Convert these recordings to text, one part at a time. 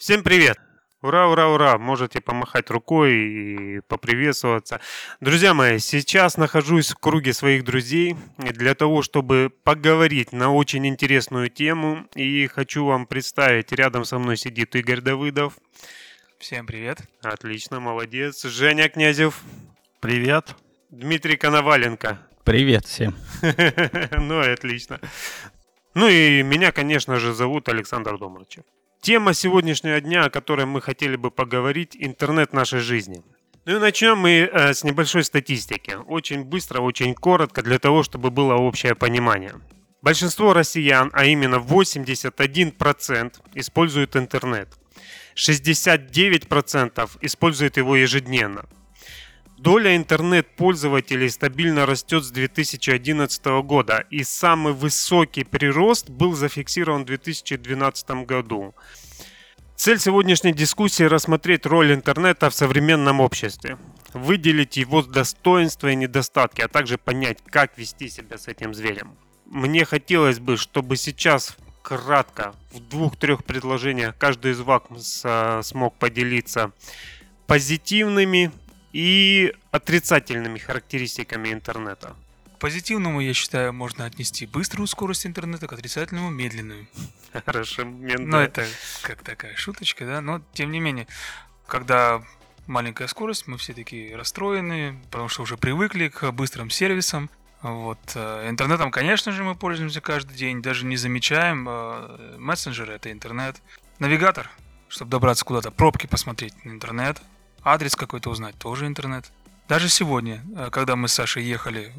Всем привет! Ура, ура, ура! Можете помахать рукой и поприветствоваться. Друзья мои, сейчас нахожусь в круге своих друзей для того, чтобы поговорить на очень интересную тему. И хочу вам представить, рядом со мной сидит Игорь Давыдов. Всем привет. Отлично, молодец. Женя Князев. Привет. Дмитрий Коноваленко. Привет всем. Ну и отлично. Ну и меня, конечно же, зовут Александр Домрачев. Тема сегодняшнего дня, о которой мы хотели бы поговорить – интернет нашей жизни. Ну и начнем мы с небольшой статистики. Очень быстро, очень коротко, для того, чтобы было общее понимание. Большинство россиян, а именно 81%, используют интернет. 69% используют его ежедневно. Доля интернет-пользователей стабильно растет с 2011 года, и самый высокий прирост был зафиксирован в 2012 году. Цель сегодняшней дискуссии – рассмотреть роль интернета в современном обществе, выделить его достоинства и недостатки, а также понять, как вести себя с этим зверем. Мне хотелось бы, чтобы сейчас кратко, в 2-3 предложениях, каждый из вас смог поделиться позитивными и отрицательными характеристиками интернета. К позитивному, я считаю, можно отнести быструю скорость интернета, к отрицательному медленную. Хороший момент. Но это как такая шуточка, да? Но тем не менее, когда маленькая скорость, мы все такие расстроены, потому что уже привыкли к быстрым сервисам. Вот. Интернетом, конечно же, мы пользуемся каждый день, даже не замечаем. Мессенджер — это интернет. Навигатор, чтобы добраться куда-то, пробки посмотреть, интернет. Адрес какой-то узнать, тоже интернет. Даже сегодня, когда мы с Сашей ехали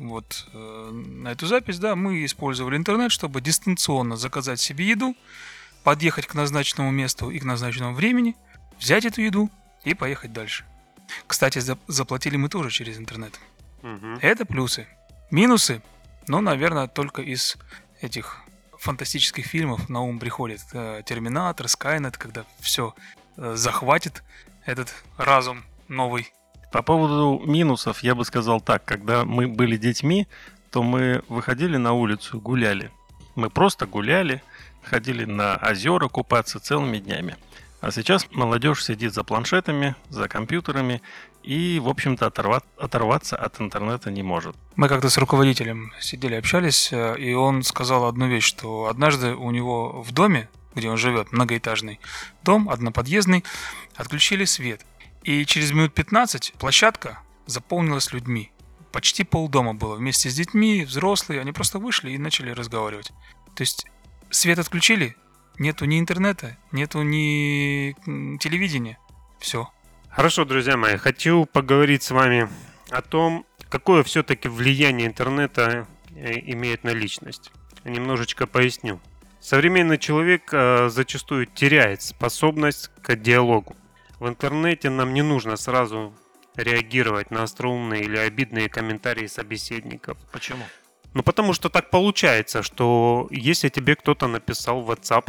на эту запись, да, мы использовали интернет, чтобы дистанционно заказать себе еду, подъехать к назначенному месту и к назначенному времени, взять эту еду и поехать дальше. Кстати, заплатили мы тоже через интернет. Угу. Это плюсы. Минусы, наверное, только из этих фантастических фильмов на ум приходит. Терминатор, Скайнет, когда все захватит этот разум новый. По поводу минусов я бы сказал так. Когда мы были детьми, то мы выходили на улицу, гуляли. Мы просто гуляли, ходили на озера купаться целыми днями. А сейчас молодежь сидит за планшетами, за компьютерами и, в общем-то, оторваться от интернета не может. Мы как-то с руководителем сидели, общались, и он сказал одну вещь, что однажды у него в доме, где он живет, многоэтажный дом, одноподъездный, отключили свет. И через минут 15 площадка заполнилась людьми. Почти полдома было. Вместе с детьми, взрослые, они просто вышли и начали разговаривать. То есть свет отключили, нету ни интернета, нету ни телевидения. Все. Хорошо, друзья мои, хочу поговорить с вами о том, какое все-таки влияние интернета имеет на личность. Немножечко поясню. Современный человек зачастую теряет способность к диалогу. В интернете нам не нужно сразу реагировать на остроумные или обидные комментарии собеседников. Почему? Ну, потому что так получается, что если тебе кто-то написал в WhatsApp,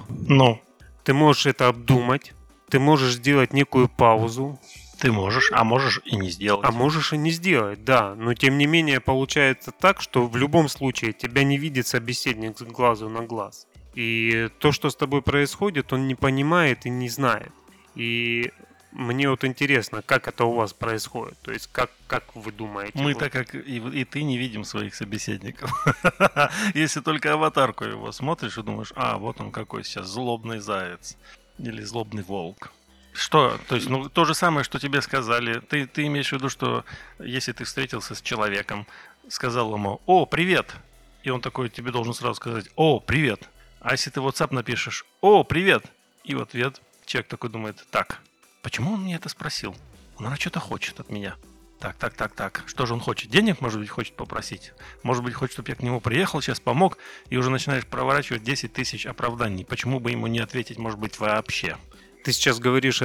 ты можешь это обдумать, ты можешь сделать некую паузу. Ты можешь, а можешь и не сделать. А можешь и не сделать, да. Но тем не менее получается так, что в любом случае тебя не видит собеседник с глазу на глаз. И то, что с тобой происходит, он не понимает и не знает. И мне вот интересно, как это у вас происходит. То есть, как вы думаете? Мы так как и ты не видим своих собеседников. Если только аватарку его смотришь и думаешь, вот он какой сейчас злобный заяц или злобный волк. Что? То есть, то же самое, что тебе сказали. Ты имеешь в виду, что если ты встретился с человеком, сказал ему: «О, привет!» И он такой тебе должен сразу сказать: «О, привет!» А если ты в WhatsApp напишешь: «О, привет!» И в ответ человек такой думает: «Так, почему он мне это спросил? Он что-то хочет от меня. Так. Что же он хочет? Денег, может быть, хочет попросить? Может быть, хочет, чтобы я к нему приехал, сейчас помог?» И уже начинаешь проворачивать 10 тысяч оправданий. Почему бы ему не ответить, может быть, вообще? Ты сейчас говоришь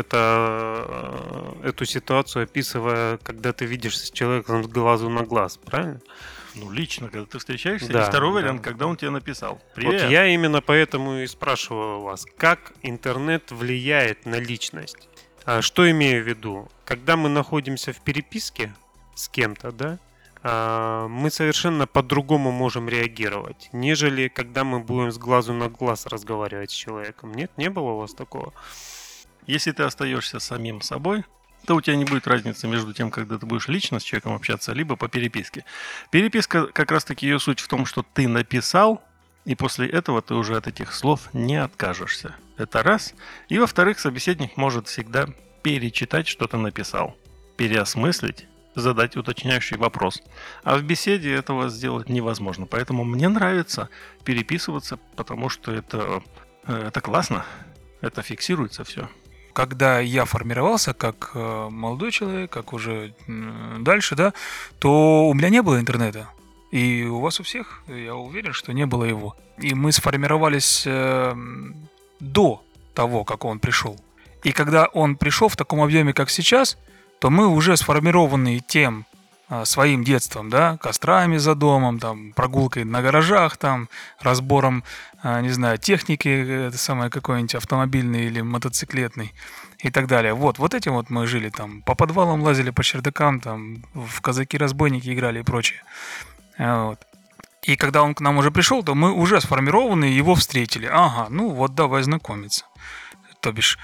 эту ситуацию, описывая, когда ты видишь с человеком с глазу на глаз, правильно? Лично, когда ты встречаешься. Да, и второй вариант, когда он тебе написал: «Привет». Вот я именно поэтому и спрашиваю вас, как интернет влияет на личность? Что имею в виду? Когда мы находимся в переписке с кем-то, да, мы совершенно по-другому можем реагировать, нежели когда мы будем с глазу на глаз разговаривать с человеком. Нет, не было у вас такого? Если ты остаешься самим собой, то у тебя не будет разницы между тем, когда ты будешь лично с человеком общаться, либо по переписке. Переписка, как раз-таки ее суть в том, что ты написал, и после этого ты уже от этих слов не откажешься. Это раз. И во-вторых, собеседник может всегда перечитать, что ты написал, переосмыслить, задать уточняющий вопрос. А в беседе этого сделать невозможно. Поэтому мне нравится переписываться, потому что это классно. Это фиксируется все. Когда я формировался как молодой человек, как уже дальше, да, то у меня не было интернета. И у вас у всех, я уверен, что не было его. И мы сформировались до того, как он пришел. И когда он пришел в таком объеме, как сейчас, то мы уже сформированные тем своим детством, да, кострами за домом, там, прогулкой на гаражах, там, разбором, не знаю, техники, это самое какой-нибудь автомобильный или мотоциклетный и так далее. Вот этим вот мы жили, там, по подвалам лазили, по чердакам, там, в казаки-разбойники играли и прочее. Вот. И когда он к нам уже пришел, то мы уже сформированные его встретили. Ага, ну вот давай знакомиться. То бишь,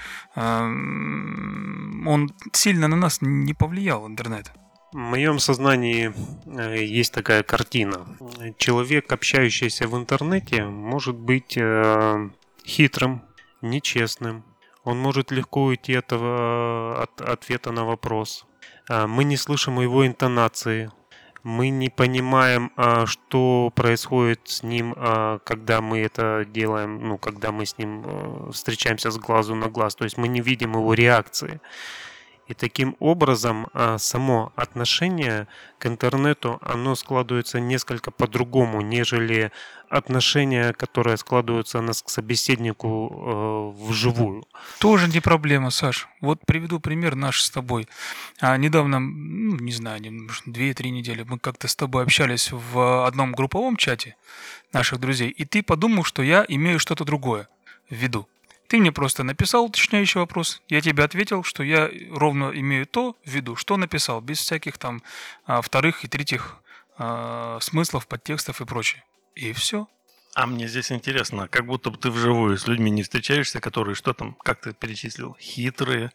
он сильно на нас не повлиял, интернет. В моем сознании есть такая картина. Человек, общающийся в интернете, может быть хитрым, нечестным. Он может легко уйти от ответа на вопрос. Мы не слышим его интонации. Мы не понимаем, что происходит с ним, когда мы это делаем, ну, когда мы с ним встречаемся с глазу на глаз. То есть мы не видим его реакции. И таким образом само отношение к интернету, оно складывается несколько по-другому, нежели отношения, которые складываются у нас к собеседнику вживую. Тоже не проблема, Саш. Вот приведу пример наш с тобой. Недавно, ну, не знаю, 2-3 недели мы как-то с тобой общались в одном групповом чате наших друзей, и ты подумал, что я имею что-то другое в виду. Ты мне просто написал уточняющий вопрос, я тебе ответил, что я ровно имею то в виду, что написал, без всяких там вторых и третьих смыслов, подтекстов и прочее. И все. А мне здесь интересно, как будто бы ты вживую с людьми не встречаешься, которые что там, как ты перечислил, хитрые,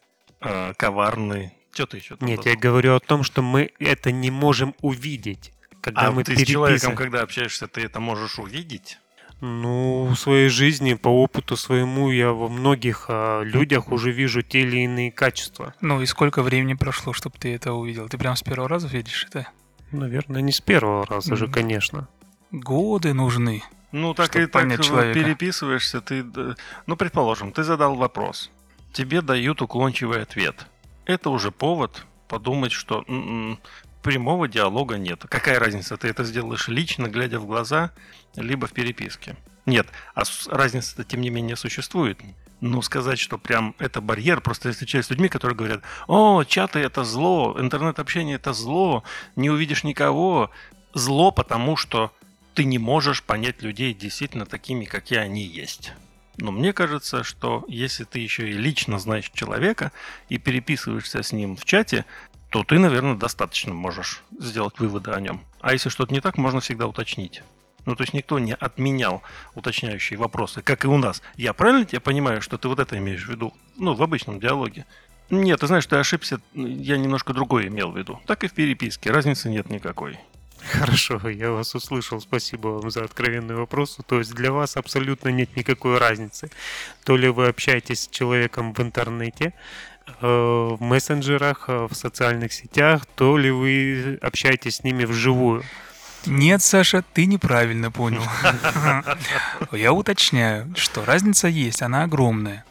коварные, что ты еще там? Нет, я говорю о том, что мы это не можем увидеть. Когда мы ты с человеком, когда общаешься, ты это можешь увидеть? Ну, в своей жизни, по опыту своему, я во многих людях уже вижу те или иные качества. Ну и сколько времени прошло, чтобы ты это увидел? Ты прям с первого раза видишь это? Наверное, не с первого раза же, конечно. Годы нужны. Ну, так чтобы и так понять человека. переписываешься, ну, предположим, ты задал вопрос, тебе дают уклончивый ответ. Это уже повод подумать, что прямого диалога нет. Какая разница, ты это сделаешь лично, глядя в глаза, либо в переписке? Нет, разница-то тем не менее существует. Но сказать, что прям это барьер, просто я встречаюсь с людьми, которые говорят: о, чаты это зло, интернет-общение это зло, не увидишь никого. Зло, потому что ты не можешь понять людей действительно такими, какие они есть. Но мне кажется, что если ты еще и лично знаешь человека и переписываешься с ним в чате, то ты, наверное, достаточно можешь сделать выводы о нем. А если что-то не так, можно всегда уточнить. Ну, то есть никто не отменял уточняющие вопросы, как и у нас. Я правильно тебя понимаю, что ты вот это имеешь в виду? Ну, в обычном диалоге. Нет, ты знаешь, ты ошибся, я немножко другое имел в виду. Так и в переписке, разницы нет никакой. Хорошо, я вас услышал. Спасибо вам за откровенный вопрос. То есть для вас абсолютно нет никакой разницы. То ли вы общаетесь с человеком в интернете, в мессенджерах, в социальных сетях, то ли вы общаетесь с ними вживую. Нет, Саша, ты неправильно понял. Я уточняю, что разница есть, она огромная.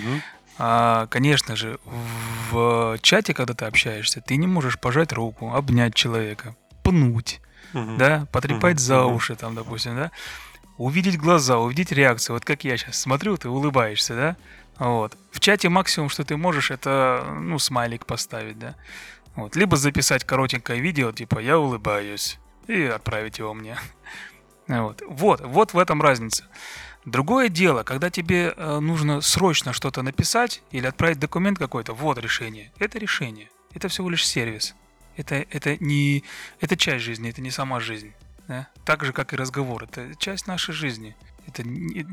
Конечно же, в чате, когда ты общаешься, ты не можешь пожать руку, обнять человека, пнуть, да, потрепать за уши, там, допустим, да, увидеть глаза, увидеть реакцию. Вот как я сейчас смотрю, ты улыбаешься, да. Вот. В чате максимум, что ты можешь, это, ну, смайлик поставить, да. Вот. Либо записать коротенькое видео, типа «я улыбаюсь», и отправить его мне. Вот в этом разница. Другое дело, когда тебе нужно срочно что-то написать или отправить документ какой-то, вот решение. Это решение. Это всего лишь сервис. Это часть жизни, это не сама жизнь. Да? Так же, как и разговор. Это часть нашей жизни. Это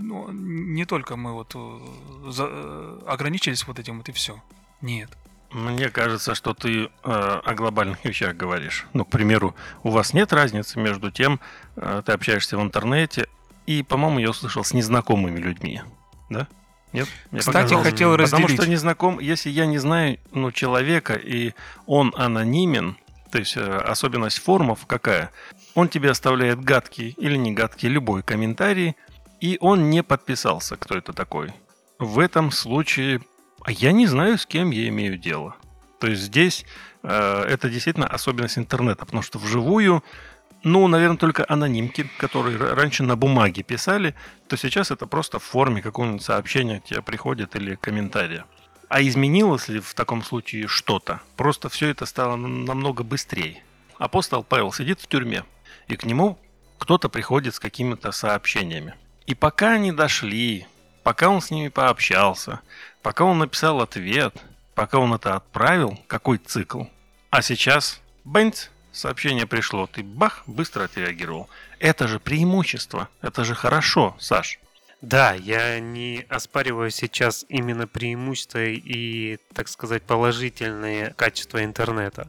не только мы вот ограничились вот этим вот и все. Нет. Мне кажется, что ты о глобальных вещах говоришь. Ну, к примеру, у вас нет разницы между тем, ты общаешься в интернете, и, по-моему, я услышал, с незнакомыми людьми. Да? Нет? Мне Кстати, показалось. хотел разделить. Потому что незнаком, если я не знаю человека, и он анонимен, то есть особенность форумов какая? Он тебе оставляет гадкий или не гадкий любой комментарий, и он не подписался, кто это такой. В этом случае я не знаю, с кем я имею дело. То есть здесь это действительно особенность интернета, потому что вживую, наверное, только анонимки, которые раньше на бумаге писали, то сейчас это просто в форме какого-нибудь сообщения к тебе приходит или комментария. А изменилось ли в таком случае что-то? Просто все это стало намного быстрее. Апостол Павел сидит в тюрьме, и к нему кто-то приходит с какими-то сообщениями. И пока они дошли, пока он с ними пообщался, пока он написал ответ, пока он это отправил, какой цикл? А сейчас, бэнц, сообщение пришло, ты бах, быстро отреагировал. Это же преимущество, это же хорошо, Саш. Да, я не оспариваю сейчас именно преимущества и, так сказать, положительные качества интернета.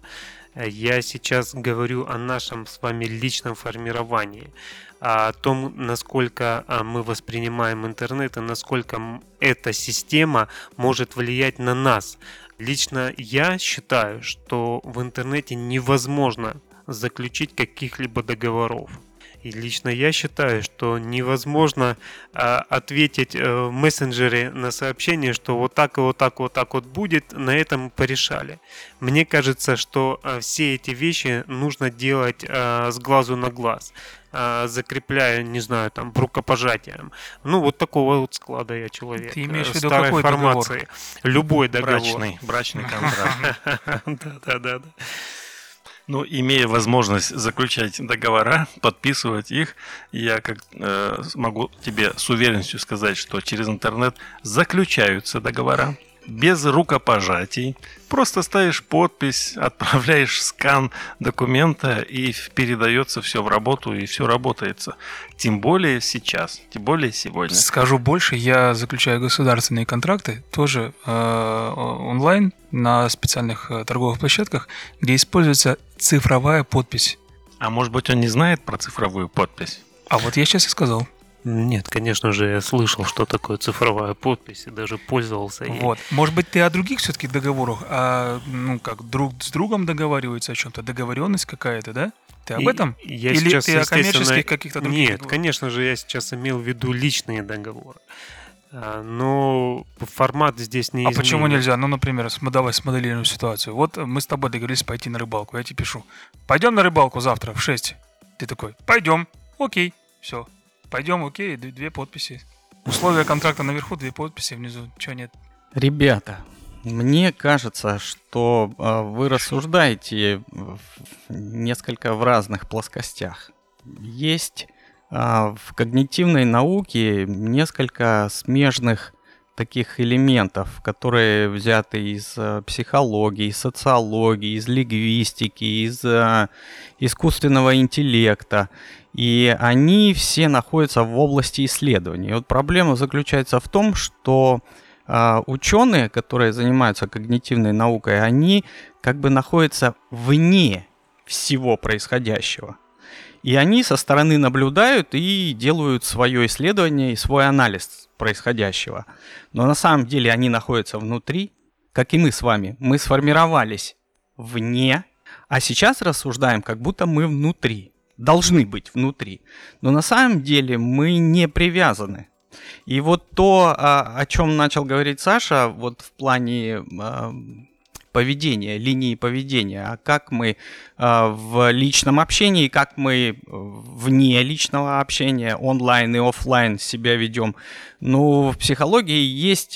Я сейчас говорю о нашем с вами личном формировании, о том, насколько мы воспринимаем интернет и насколько эта система может влиять на нас. Лично я считаю, что в интернете невозможно заключить каких-либо договоров. И лично я считаю, что невозможно ответить в мессенджере на сообщение, что вот так и вот так вот так вот будет, на этом порешали. Мне кажется, что все эти вещи нужно делать с глазу на глаз, закрепляя, не знаю, там, рукопожатием. Вот такого вот склада я человек. Ты имеешь в виду старой какой формации. Любой договор. Брачный контракт. Да. Имея возможность заключать договора, подписывать их, я могу тебе с уверенностью сказать, что через интернет заключаются договора без рукопожатий. Просто ставишь подпись, отправляешь скан документа, и передается все в работу, и все работается. Тем более сейчас, тем более сегодня. Скажу больше, я заключаю государственные контракты тоже онлайн на специальных торговых площадках, где используется цифровая подпись. А может быть, он не знает про цифровую подпись? А вот я сейчас и сказал. Нет, конечно же, я слышал, что такое цифровая подпись, и даже пользовался ей. Вот. Может быть, ты о других все-таки договорах, как друг с другом договариваются о чем-то, договоренность какая-то, да? Ты об этом? Я Или сейчас, ты о коммерческих каких-то других Нет, конечно же, я сейчас имел в виду личные договоры. Но формат здесь не изменен. А почему нельзя? Например, давай смоделируем ситуацию. Вот мы с тобой договорились пойти на рыбалку. Я тебе пишу: пойдем на рыбалку завтра в 6. Ты такой: пойдем. Окей, все. Пойдем, окей, 2 подписи. Условия контракта наверху, 2 подписи внизу. Чего нет? Ребята, мне кажется, что вы рассуждаете несколько в разных плоскостях. Есть в когнитивной науке несколько смежных таких элементов, которые взяты из психологии, из социологии, из лингвистики, из искусственного интеллекта. И они все находятся в области исследований. И вот проблема заключается в том, что ученые, которые занимаются когнитивной наукой, они как бы находятся вне всего происходящего. И они со стороны наблюдают и делают свое исследование и свой анализ происходящего. Но на самом деле они находятся внутри, как и мы с вами. Мы сформировались вне, а сейчас рассуждаем, как будто мы внутри. Должны быть внутри. Но на самом деле мы не привязаны. И вот то, о чем начал говорить Саша, вот в плане поведения, линии поведения, а как мы в личном общении, как мы вне личного общения, онлайн и офлайн себя ведем. В психологии есть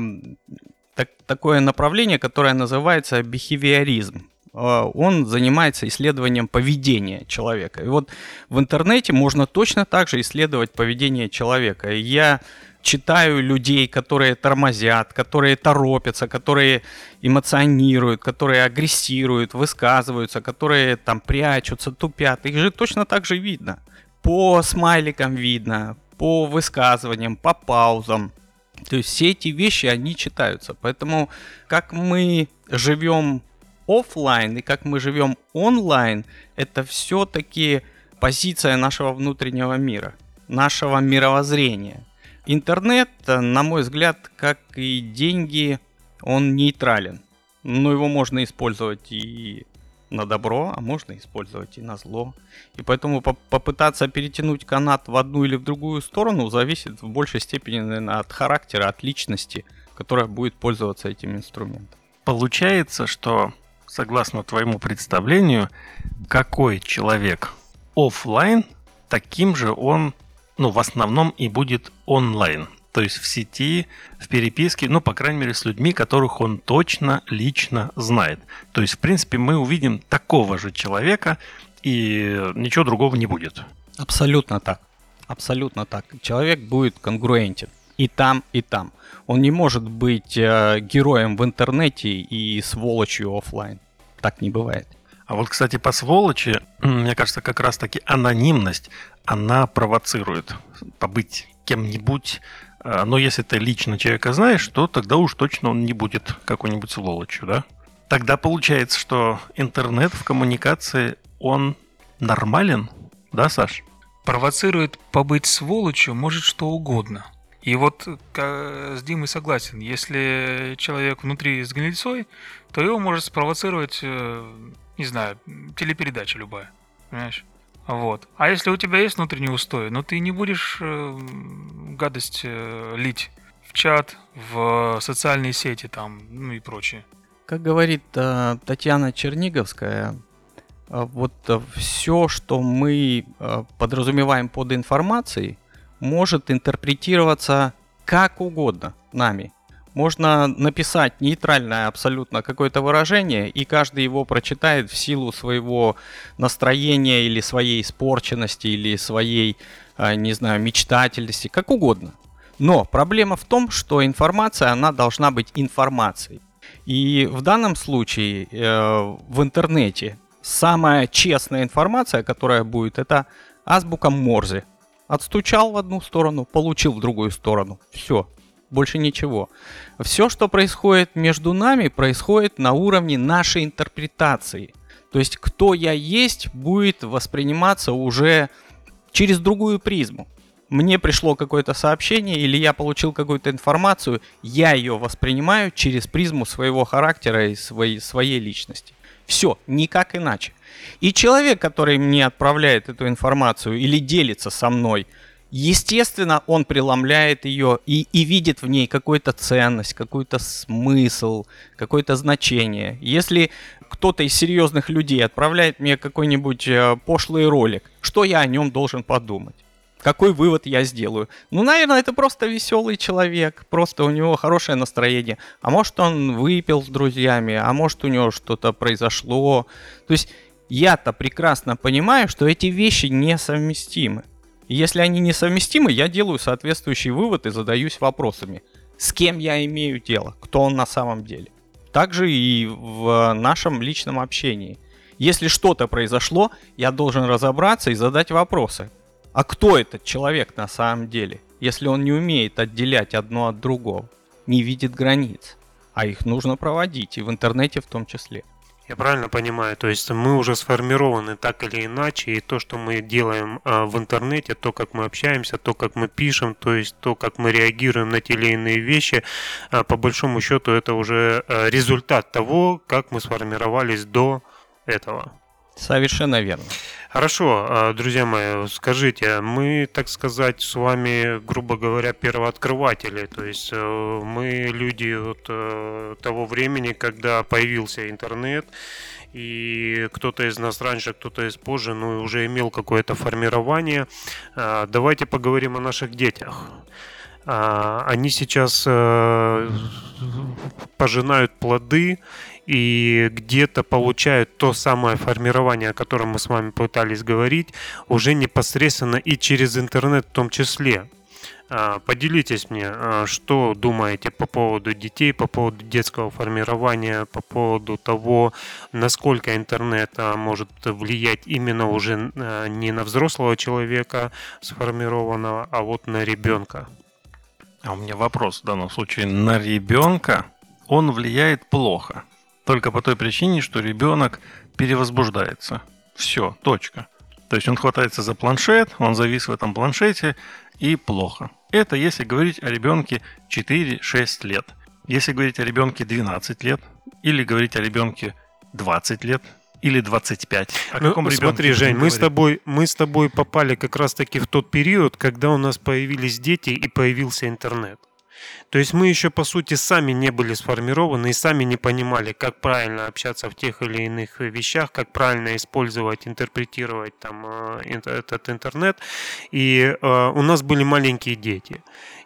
такое направление, которое называется бихевиоризм. Он занимается исследованием поведения человека. И вот в интернете можно точно так же исследовать поведение человека. И я читаю людей, которые тормозят, которые торопятся, которые эмоционируют, которые агрессируют, высказываются, которые там прячутся, тупят. Их же точно так же видно. По смайликам видно, по высказываниям, по паузам. То есть все эти вещи, они читаются. Поэтому как мы живем офлайн и как мы живем онлайн, это все-таки позиция нашего внутреннего мира, нашего мировоззрения. Интернет, на мой взгляд, как и деньги, он нейтрален. Но его можно использовать и на добро, а можно использовать и на зло. И поэтому попытаться перетянуть канат в одну или в другую сторону зависит в большей степени, наверное, от характера, от личности, которая будет пользоваться этим инструментом. Получается, что, согласно твоему представлению, какой человек офлайн, таким же он, в основном и будет онлайн. То есть в сети, в переписке, по крайней мере, с людьми, которых он точно лично знает. То есть, в принципе, мы увидим такого же человека, и ничего другого не будет. Абсолютно так. Абсолютно так. Человек будет конгруентен и там, и там. Он не может быть героем в интернете и сволочью офлайн. Так не бывает. А вот, кстати, по сволочи, мне кажется, как раз-таки анонимность, она провоцирует побыть кем-нибудь. Но если ты лично человека знаешь, то тогда уж точно он не будет какой-нибудь сволочью, да? Тогда получается, что интернет в коммуникации, он нормален, да, Саш? Провоцирует побыть сволочью может что угодно. И вот с Димой согласен, если человек внутри с гнильцой, то его может спровоцировать, не знаю, телепередача любая, понимаешь? Вот. А если у тебя есть внутренний устой, ты не будешь гадость лить в чат, в социальные сети там, и прочее. Как говорит Татьяна Черниговская, вот все, что мы подразумеваем под информацией, может интерпретироваться как угодно нами. Можно написать нейтральное абсолютно какое-то выражение, и каждый его прочитает в силу своего настроения или своей испорченности, или своей, не знаю, мечтательности, как угодно. Но проблема в том, что информация, она должна быть информацией. И в данном случае в интернете самая честная информация, которая будет, это азбука Морзе. Отстучал в одну сторону, получил в другую сторону. Все. Больше ничего. Все, что происходит между нами, происходит на уровне нашей интерпретации. То есть, кто я есть, будет восприниматься уже через другую призму. Мне пришло какое-то сообщение или я получил какую-то информацию, я ее воспринимаю через призму своего характера и своей личности. Все, никак иначе. И человек, который мне отправляет эту информацию или делится со мной, естественно, он преломляет ее и видит в ней какую-то ценность, какой-то смысл, какое-то значение. Если кто-то из серьезных людей отправляет мне какой-нибудь пошлый ролик, что я о нем должен подумать? Какой вывод я сделаю? Наверное, это просто веселый человек, просто у него хорошее настроение. А может, он выпил с друзьями, а может, у него что-то произошло. То есть я-то прекрасно понимаю, что эти вещи несовместимы. И если они несовместимы, я делаю соответствующий вывод и задаюсь вопросами. С кем я имею дело? Кто он на самом деле? Также и в нашем личном общении. Если что-то произошло, я должен разобраться и задать вопросы. А кто этот человек на самом деле? Если он не умеет отделять одно от другого, не видит границ. А их нужно проводить, и в интернете в том числе. Я правильно понимаю, то есть мы уже сформированы так или иначе, и то, что мы делаем в интернете, то, как мы общаемся, то, как мы пишем, то есть то, как мы реагируем на те или иные вещи, по большому счету это уже результат того, как мы сформировались до этого. Совершенно верно. Хорошо, друзья мои, скажите, мы, так сказать, с вами, грубо говоря, первооткрыватели, то есть мы люди от того времени, когда появился интернет, и кто-то из нас раньше, кто-то из позже, уже имел какое-то формирование. Давайте поговорим о наших детях. Они сейчас пожинают плоды и где-то получают то самое формирование, о котором мы с вами пытались говорить, уже непосредственно и через интернет в том числе. Поделитесь мне, что думаете по поводу детей, по поводу детского формирования, по поводу того, насколько интернет может влиять именно уже не на взрослого человека сформированного, а вот на ребенка. А у меня вопрос в данном случае. На ребенка он влияет плохо. Только по той причине, что ребенок перевозбуждается. Все, точка. То есть он хватается за планшет, он завис в этом планшете, и плохо. Это если говорить о ребенке 4-6 лет. Если говорить о ребенке 12 лет, или говорить о ребенке 20 лет, или 25. О каком ребенке Смотри, будем Жень, говорить? мы с тобой попали как раз-таки в тот период, когда у нас появились дети и появился интернет. То есть мы еще, по сути, сами не были сформированы и сами не понимали, как правильно общаться в тех или иных вещах, как правильно использовать, интерпретировать там этот интернет. И у нас были маленькие дети.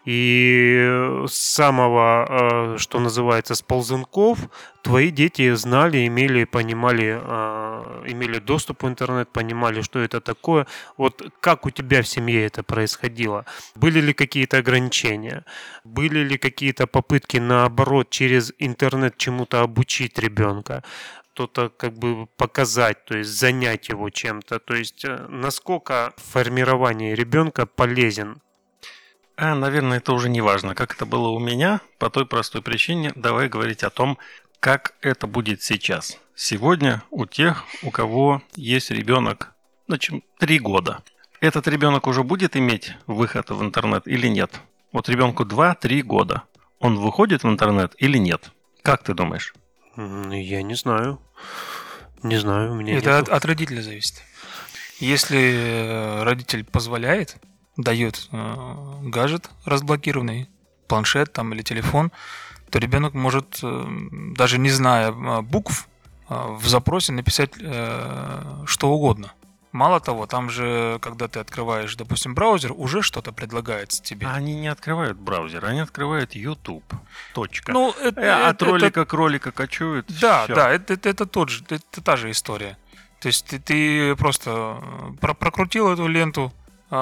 И с самого, что называется, с ползунков, твои дети знали, имели, понимали, имели доступ в интернет, понимали, что это такое. Вот как у тебя в семье это происходило? Были ли какие-то ограничения? Были ли какие-то попытки, наоборот, через интернет чему-то обучить ребенка? Что-то как бы показать, то есть занять его чем-то? То есть насколько формирование ребенка полезен? Наверное, это уже не важно, как это было у меня, по той простой причине. Давай говорить о том, как это будет сейчас. Сегодня у тех, у кого есть ребенок, 3 года. Этот ребенок уже будет иметь выход в интернет или нет? Вот ребенку 2-3 года. Он выходит в интернет или нет? Как ты думаешь? Я не знаю. Не знаю, у меня Это нету. от родителя зависит. Если родитель позволяет, дает гаджет разблокированный, планшет там или телефон, то ребенок может, даже не зная букв, в запросе написать что угодно. Мало того, там же, когда ты открываешь, допустим, браузер, уже что-то предлагается тебе. А они не открывают браузер, они открывают YouTube. Точка. Ну, От ролика к ролику качуют. Да, всё. да, это та же история. То есть ты просто прокрутил эту ленту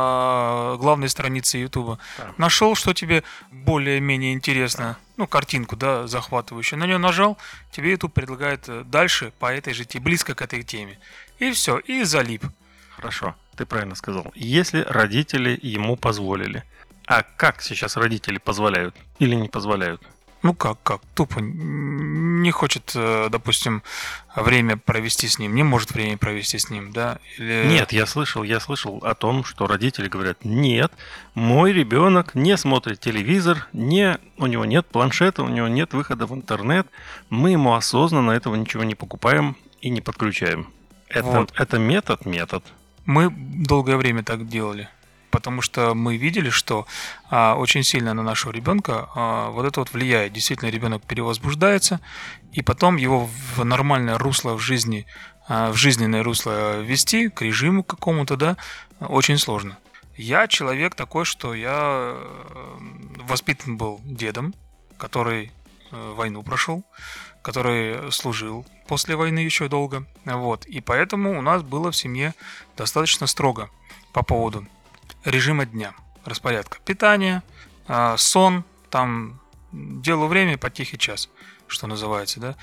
главной страницы Ютуба, Да. нашел, что тебе более-менее интересно, ну, картинку, да, захватывающую, на нее нажал, тебе YouTube предлагает дальше по этой же теме, близко к этой теме. И все, и залип. Хорошо, ты правильно сказал. Если родители ему позволили. А как сейчас родители позволяют или не позволяют? Ну как, тупо не хочет, допустим, время провести с ним, не может время провести с ним, да? Или... Нет, я слышал о том, что родители говорят: нет, мой ребенок не смотрит телевизор, у него нет планшета, у него нет выхода в интернет, мы ему осознанно этого ничего не покупаем и не подключаем. Это метод. Мы долгое время так делали, потому что мы видели, что очень сильно на нашего ребенка вот это вот влияет. Действительно, ребенок перевозбуждается, и потом его в нормальное русло в жизни, в жизненное русло ввести, к режиму какому-то, да, очень сложно. Я человек такой, что я воспитан был дедом, который войну прошел, который служил после войны еще долго. Вот. И поэтому у нас было в семье достаточно строго по поводу режима дня, распорядка питания, сон, там делу время по тихий час, что называется, да.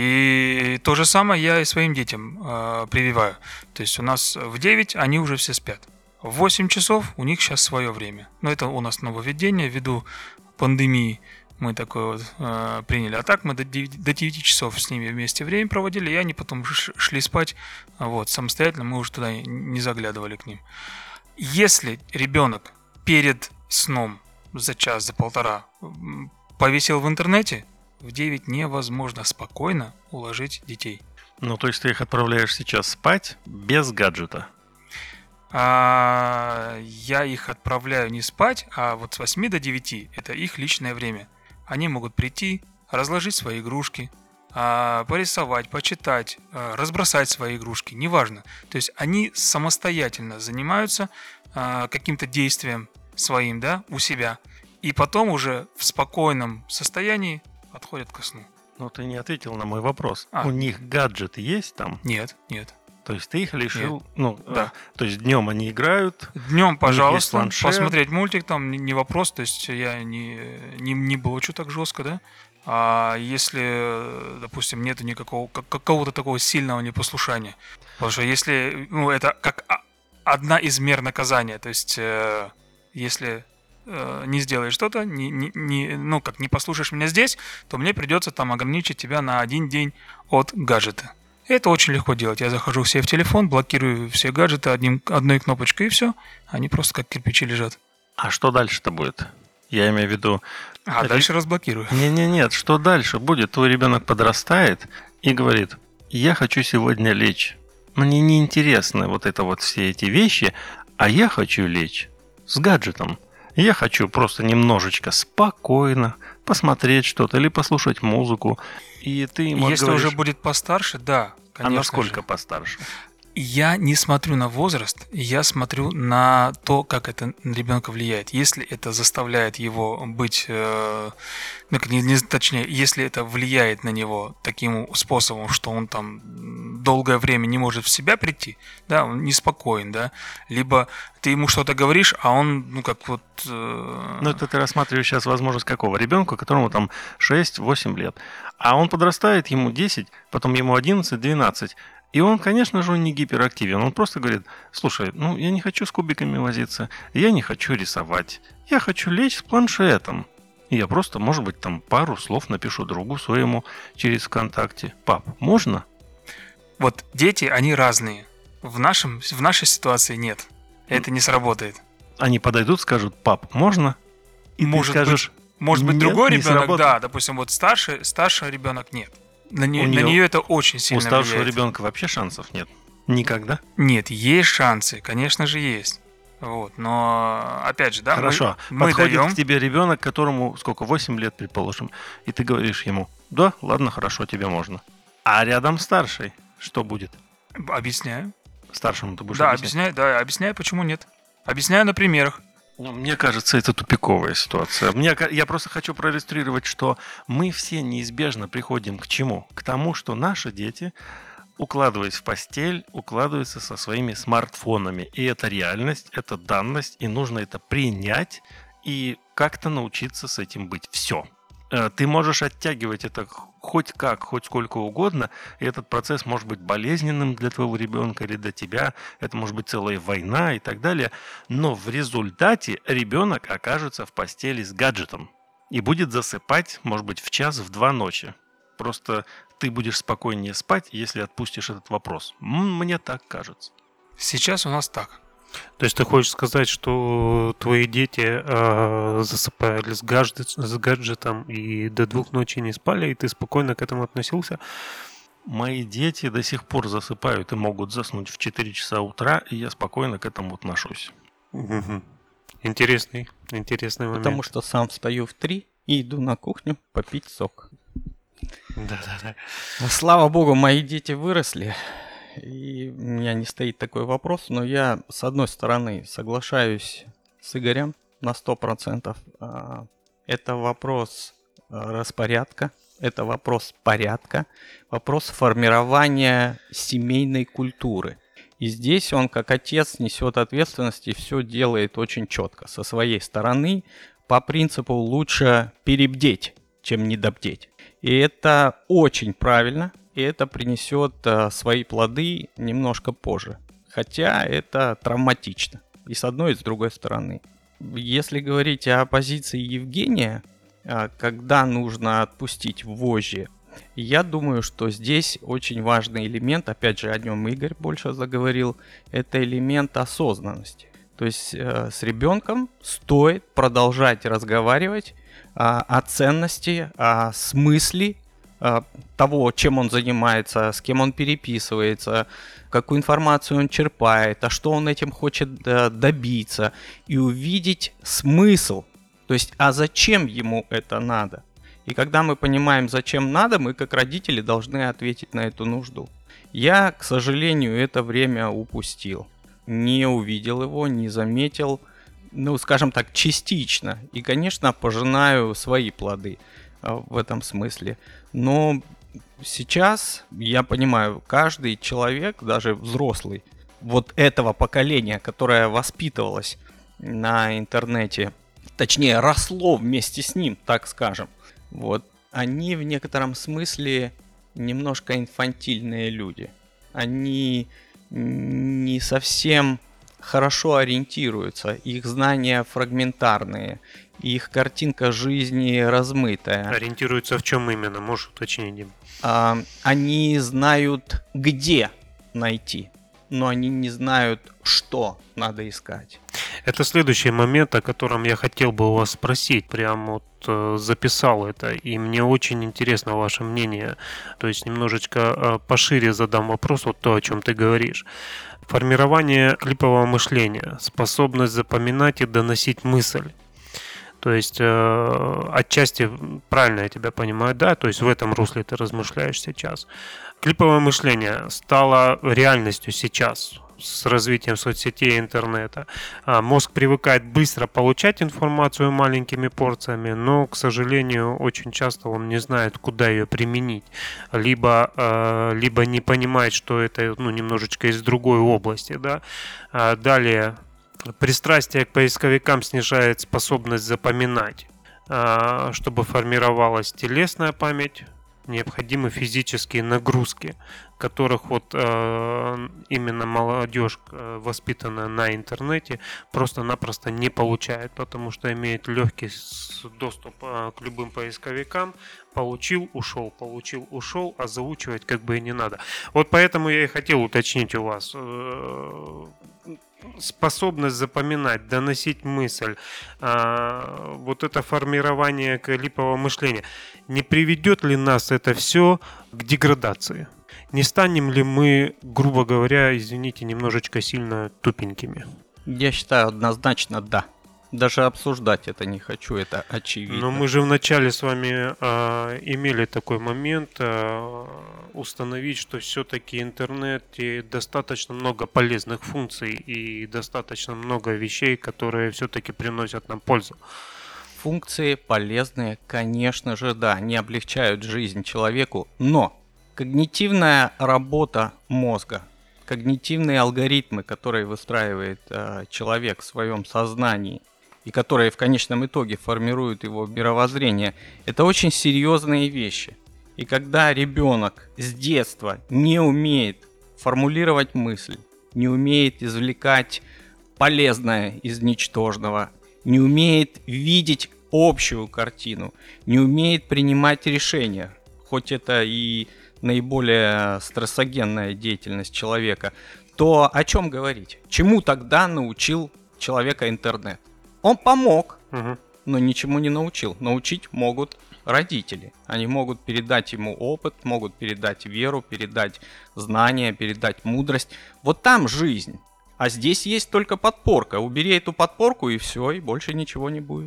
И то же самое я и своим детям прививаю. То есть у нас в 9 они уже все спят. В 8 часов у них сейчас свое время. Но это у нас нововведение ввиду пандемии. Мы такое вот приняли. А так мы до 9 часов с ними вместе время проводили, и они потом шли спать. Вот, самостоятельно мы уже туда не заглядывали к ним. Если ребенок перед сном за час, за полтора повисел в интернете, в 9 невозможно спокойно уложить детей. Ну, то есть ты их отправляешь сейчас спать без гаджета? Я их отправляю не спать, а вот с 8 до 9 это их личное время. Они могут прийти, разложить свои игрушки, порисовать, почитать, разбросать свои игрушки, неважно. То есть они самостоятельно занимаются каким-то действием своим, да, у себя. И потом уже в спокойном состоянии отходят ко сну. Ну, ты не ответил на мой вопрос. У них гаджет есть там? Нет. То есть ты их лишил, Да. то есть днем они играют. Днем, пожалуйста, планшет. посмотреть мультик, там не вопрос, то есть я не блочу так жестко, да. А если, допустим, нету никакого какого-то такого сильного непослушания, потому что если, это как одна из мер наказания, то есть если не сделаешь что-то, не послушаешь меня здесь, то мне придется там ограничить тебя на 1 день от гаджета. Это очень легко делать. Я захожу себе в телефон, блокирую все гаджеты одной кнопочкой, и все. Они просто как кирпичи лежат. А что дальше-то будет? Я имею в виду... Дальше разблокирую. Нет, что дальше будет? Твой ребенок подрастает и говорит, я хочу сегодня лечь. Мне не интересны вот это вот все эти вещи, а я хочу лечь с гаджетом. Я хочу просто немножечко спокойно посмотреть что-то или послушать музыку. И ты ему Если говоришь, уже будет постарше, да, конечно. а насколько же. постарше? Я не смотрю на возраст, я смотрю на то, как это на ребенка влияет. Если это заставляет его быть, точнее, если это влияет на него таким способом, что он там долгое время не может в себя прийти, да, он неспокоен, да, либо ты ему что-то говоришь, а он, как вот... Это ты рассматриваешь сейчас возможность какого? Ребенка, которому там 6-8 лет. А он подрастает, ему 10, потом ему 11-12. И он, конечно же, не гиперактивен. Он просто говорит, слушай, я не хочу с кубиками возиться, я не хочу рисовать, я хочу лечь с планшетом. И я просто, может быть, там пару слов напишу другу своему через ВКонтакте. Пап, можно? Вот дети, они разные. В нашей ситуации нет. Это не сработает. Они подойдут, скажут, пап, можно? И Может ты скажешь, Может быть, «Нет, другой не ребенок, сработает». да, допустим, вот старший ребенок нет. На нее это очень сильно У старшего влияет. ребенка вообще шансов нет. Никогда. Нет, есть шансы, конечно же, есть. Вот, но опять же, да, Хорошо. мы Подходит даем. к тебе ребенок, которому сколько, 8 лет, предположим, и ты говоришь ему, да, ладно, хорошо, тебе можно. А рядом старший, что будет? Объясняю. Старшему ты будешь Да, объяснять? объясняю, почему нет. Объясняю на примерах. Мне кажется, это тупиковая ситуация. Я просто хочу проиллюстрировать, что мы все неизбежно приходим к чему? К тому, что наши дети, укладываясь в постель, укладываются со своими смартфонами. И это реальность, это данность, и нужно это принять и как-то научиться с этим быть. Все. Ты можешь оттягивать это хоть как, хоть сколько угодно, и этот процесс может быть болезненным для твоего ребенка или для тебя, это может быть целая война и так далее, но в результате ребенок окажется в постели с гаджетом и будет засыпать, может быть, в 1-2 ночи. Просто ты будешь спокойнее спать, если отпустишь этот вопрос. Мне так кажется. Сейчас у нас так. То есть ты хочешь сказать, что твои дети засыпали с гаджетом и до 2 ночи не спали, и ты спокойно к этому относился? Мои дети до сих пор засыпают и могут заснуть в 4 часа утра, и я спокойно к этому отношусь. Угу. Интересный момент. Потому что сам встаю в 3 и иду на кухню попить сок. Да. Слава богу, мои дети выросли. И у меня не стоит такой вопрос, но я, с одной стороны, соглашаюсь с Игорем на 100%. Это вопрос распорядка, это вопрос порядка, вопрос формирования семейной культуры. И здесь он, как отец, несет ответственность и все делает очень четко. Со своей стороны, по принципу лучше перебдеть, чем недобдеть. И это очень правильно. И это принесет свои плоды немножко позже. Хотя это травматично. И с одной, и с другой стороны. Если говорить о позиции Евгения, когда нужно отпустить вожжи, я думаю, что здесь очень важный элемент, опять же, о нем Игорь больше заговорил, это элемент осознанности. То есть с ребенком стоит продолжать разговаривать о ценности, о смысле того, чем он занимается, с кем он переписывается, какую информацию он черпает, а что он этим хочет добиться, и увидеть смысл, то есть, а зачем ему это надо. И когда мы понимаем, зачем надо, мы как родители должны ответить на эту нужду. Я, к сожалению, это время упустил, не увидел его, не заметил, скажем так, частично, и, конечно, пожинаю свои плоды в этом смысле. Но Сейчас, я понимаю, каждый человек, даже взрослый, вот этого поколения, которое воспитывалось на интернете, точнее, росло вместе с ним, так скажем, вот, они в некотором смысле немножко инфантильные люди. Они не совсем хорошо ориентируются, их знания фрагментарные, их картинка жизни размытая. Ориентируется в чем именно? Можешь уточнить, Дим? Они знают, где найти, но они не знают, что надо искать. Это следующий момент, о котором я хотел бы у вас спросить. Прям вот записал это, и мне очень интересно ваше мнение. То есть немножечко пошире задам вопрос, вот то, о чем ты говоришь. Формирование клипового мышления, способность запоминать и доносить мысль. То есть отчасти правильно я тебя понимаю, да? То есть в этом русле ты размышляешь сейчас. Клиповое мышление стало реальностью сейчас с развитием соцсетей и интернета. Мозг привыкает быстро получать информацию маленькими порциями, но, к сожалению, очень часто он не знает, куда ее применить. Либо не понимает, что это немножечко из другой области. Да? Далее, пристрастие к поисковикам снижает способность запоминать. Чтобы формировалась телесная память, необходимы физические нагрузки, которых вот именно молодежь, воспитанная на интернете, просто-напросто не получает, потому что имеет легкий доступ к любым поисковикам. Получил, ушел, а заучивать как бы и не надо. Вот поэтому я и хотел уточнить у вас. Способность запоминать, доносить мысль, вот это формирование клипового мышления. Не приведет ли нас это все к деградации? Не станем ли мы, грубо говоря, извините, немножечко сильно тупенькими? Я считаю, однозначно да. Даже обсуждать это не хочу, это очевидно. Но мы же вначале с вами имели такой момент установить, что все-таки интернет достаточно много полезных функций и достаточно много вещей, которые все-таки приносят нам пользу. Функции полезные, конечно же, да, они облегчают жизнь человеку, но когнитивная работа мозга, когнитивные алгоритмы, которые выстраивает человек в своем сознании, и которые в конечном итоге формируют его мировоззрение, это очень серьезные вещи. И когда ребенок с детства не умеет формулировать мысль, не умеет извлекать полезное из ничтожного, не умеет видеть общую картину, не умеет принимать решения, хоть это и наиболее стрессогенная деятельность человека, то о чем говорить? Чему тогда научил человека интернет? Он помог, но ничему не научил. Научить могут родители. Они могут передать ему опыт, могут передать веру, передать знания, передать мудрость. Вот там жизнь. А здесь есть только подпорка. Убери эту подпорку, и все, и больше ничего не будет.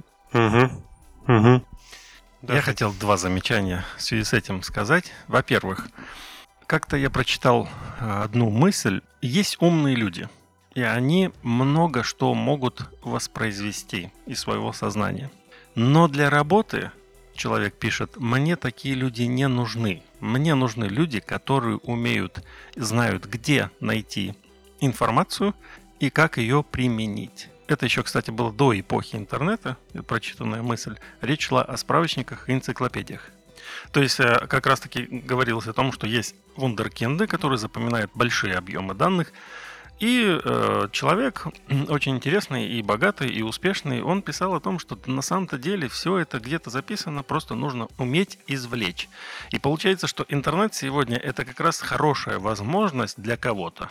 Да. Я хотел два замечания в связи с этим сказать. Во-первых, как-то я прочитал одну мысль. Есть умные люди, и они много что могут воспроизвести из своего сознания. Но для работы, человек пишет, мне такие люди не нужны. Мне нужны люди, которые знают, где найти информацию и как ее применить. Это еще, кстати, было до эпохи интернета, прочитанная мысль. Речь шла о справочниках и энциклопедиях. То есть как раз-таки говорилось о том, что есть вундеркинды, которые запоминают большие объемы данных. И человек очень интересный и богатый, и успешный, он писал о том, что на самом-то деле все это где-то записано, просто нужно уметь извлечь. И получается, что интернет сегодня это как раз хорошая возможность для кого-то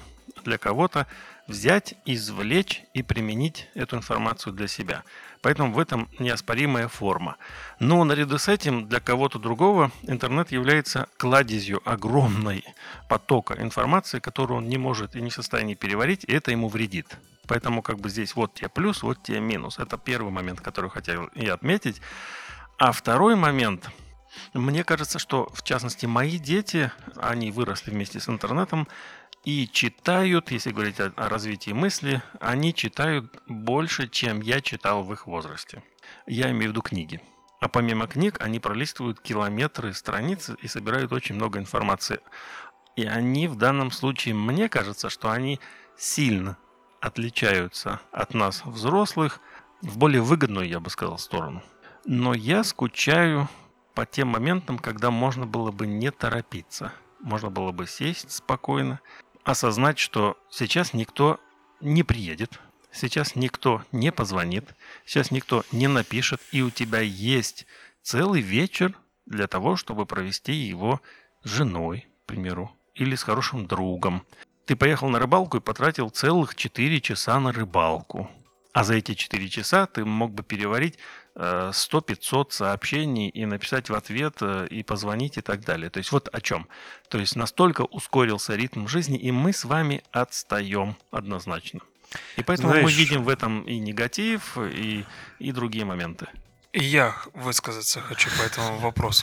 взять, извлечь и применить эту информацию для себя. Поэтому в этом неоспоримая форма. Но наряду с этим для кого-то другого интернет является кладезью огромной потока информации, которую он не может и не в состоянии переварить, и это ему вредит. Поэтому как бы здесь вот тебе плюс, вот тебе минус. Это первый момент, который хотел я отметить. А второй момент, мне кажется, что в частности мои дети, они выросли вместе с интернетом, и читают, если говорить о развитии мысли, они читают больше, чем я читал в их возрасте. Я имею в виду книги. А помимо книг, они пролистывают километры страниц и собирают очень много информации. И они в данном случае, мне кажется, что они сильно отличаются от нас, взрослых, в более выгодную, я бы сказал, сторону. Но я скучаю по тем моментам, когда можно было бы не торопиться. Можно было бы сесть спокойно, осознать, что сейчас никто не приедет, сейчас никто не позвонит, сейчас никто не напишет, и у тебя есть целый вечер для того, чтобы провести его с женой, к примеру, или с хорошим другом. Ты поехал на рыбалку и потратил целых 4 часа на рыбалку. А за эти 4 часа ты мог бы переварить 100-500 сообщений и написать в ответ, и позвонить и так далее. То есть вот о чем. То есть настолько ускорился ритм жизни, и мы с вами отстаем однозначно. И поэтому мы видим в этом и негатив, и другие моменты. И я высказаться хочу по этому вопросу.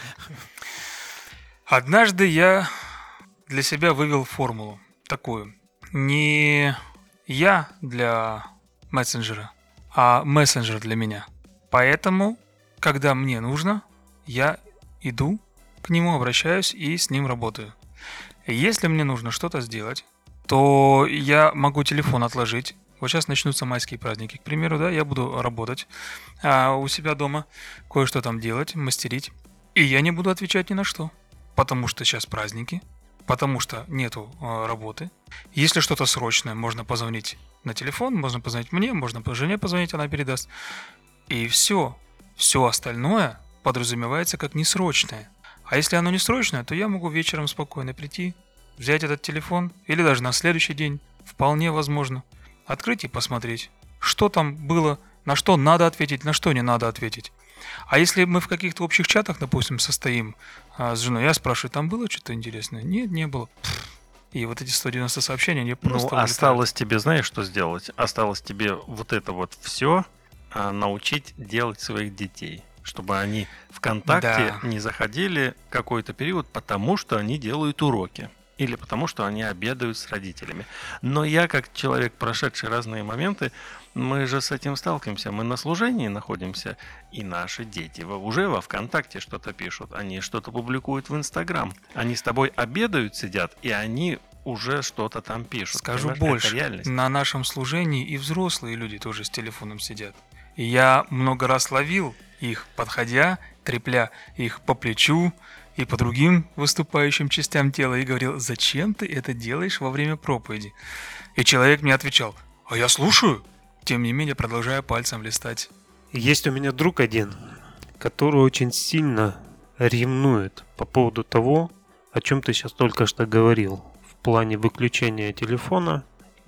Однажды я для себя вывел формулу такую. Не я для мессенджера, а мессенджер для меня. Поэтому, когда мне нужно, я иду к нему, обращаюсь и с ним работаю. Если мне нужно что-то сделать, то я могу телефон отложить. Вот сейчас начнутся майские праздники, к примеру, да, я буду работать у себя дома, кое-что там делать, мастерить. И я не буду отвечать ни на что, потому что сейчас праздники, потому что нету работы. Если что-то срочное, можно позвонить на телефон, можно позвонить мне, можно по жене позвонить, она передаст. И все. Все остальное подразумевается как несрочное. А если оно несрочное, то я могу вечером спокойно прийти, взять этот телефон, или даже на следующий день, вполне возможно, открыть и посмотреть, что там было, на что надо ответить, на что не надо ответить. А если мы в каких-то общих чатах, допустим, состоим с женой, я спрашиваю, там было что-то интересное? Нет, не было. И вот эти 190 сообщений, они просто улетают. Осталось тебе, знаешь, что сделать? Осталось тебе вот это вот все научить делать своих детей, чтобы они ВКонтакте не заходили какой-то период, потому что они делают уроки. Или потому что они обедают с родителями. Но я, как человек, прошедший разные моменты, мы же с этим сталкиваемся. Мы на служении находимся, и наши дети уже во ВКонтакте что-то пишут. Они что-то публикуют в Инстаграм. Они с тобой обедают, сидят, и они уже что-то там пишут. Скажу Понимаешь, больше. На нашем служении и взрослые люди тоже с телефоном сидят. И я много раз ловил их, подходя, трепля их по плечу и по другим выступающим частям тела, и говорил, зачем ты это делаешь во время проповеди? И человек мне отвечал, а я слушаю, тем не менее продолжая пальцем листать. Есть у меня друг один, который очень сильно ревнует по поводу того, о чем ты сейчас только что говорил, в плане выключения телефона.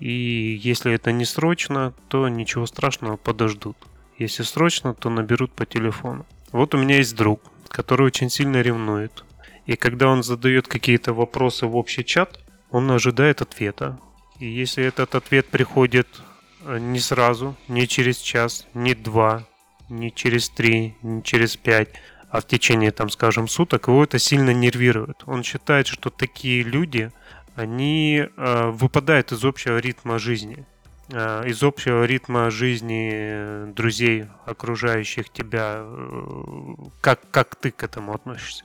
И если это не срочно, то ничего страшного, подождут. Если срочно, то наберут по телефону. Вот у меня есть друг, который очень сильно ревнует. И когда он задает какие-то вопросы в общий чат, он ожидает ответа. И если этот ответ приходит не сразу, не через час, не 2, не через 3, не через 5, а в течение, там, скажем, суток, его это сильно нервирует. Он считает, что такие люди, они выпадают из общего ритма жизни. Из общего ритма жизни друзей, окружающих тебя. Как ты к этому относишься?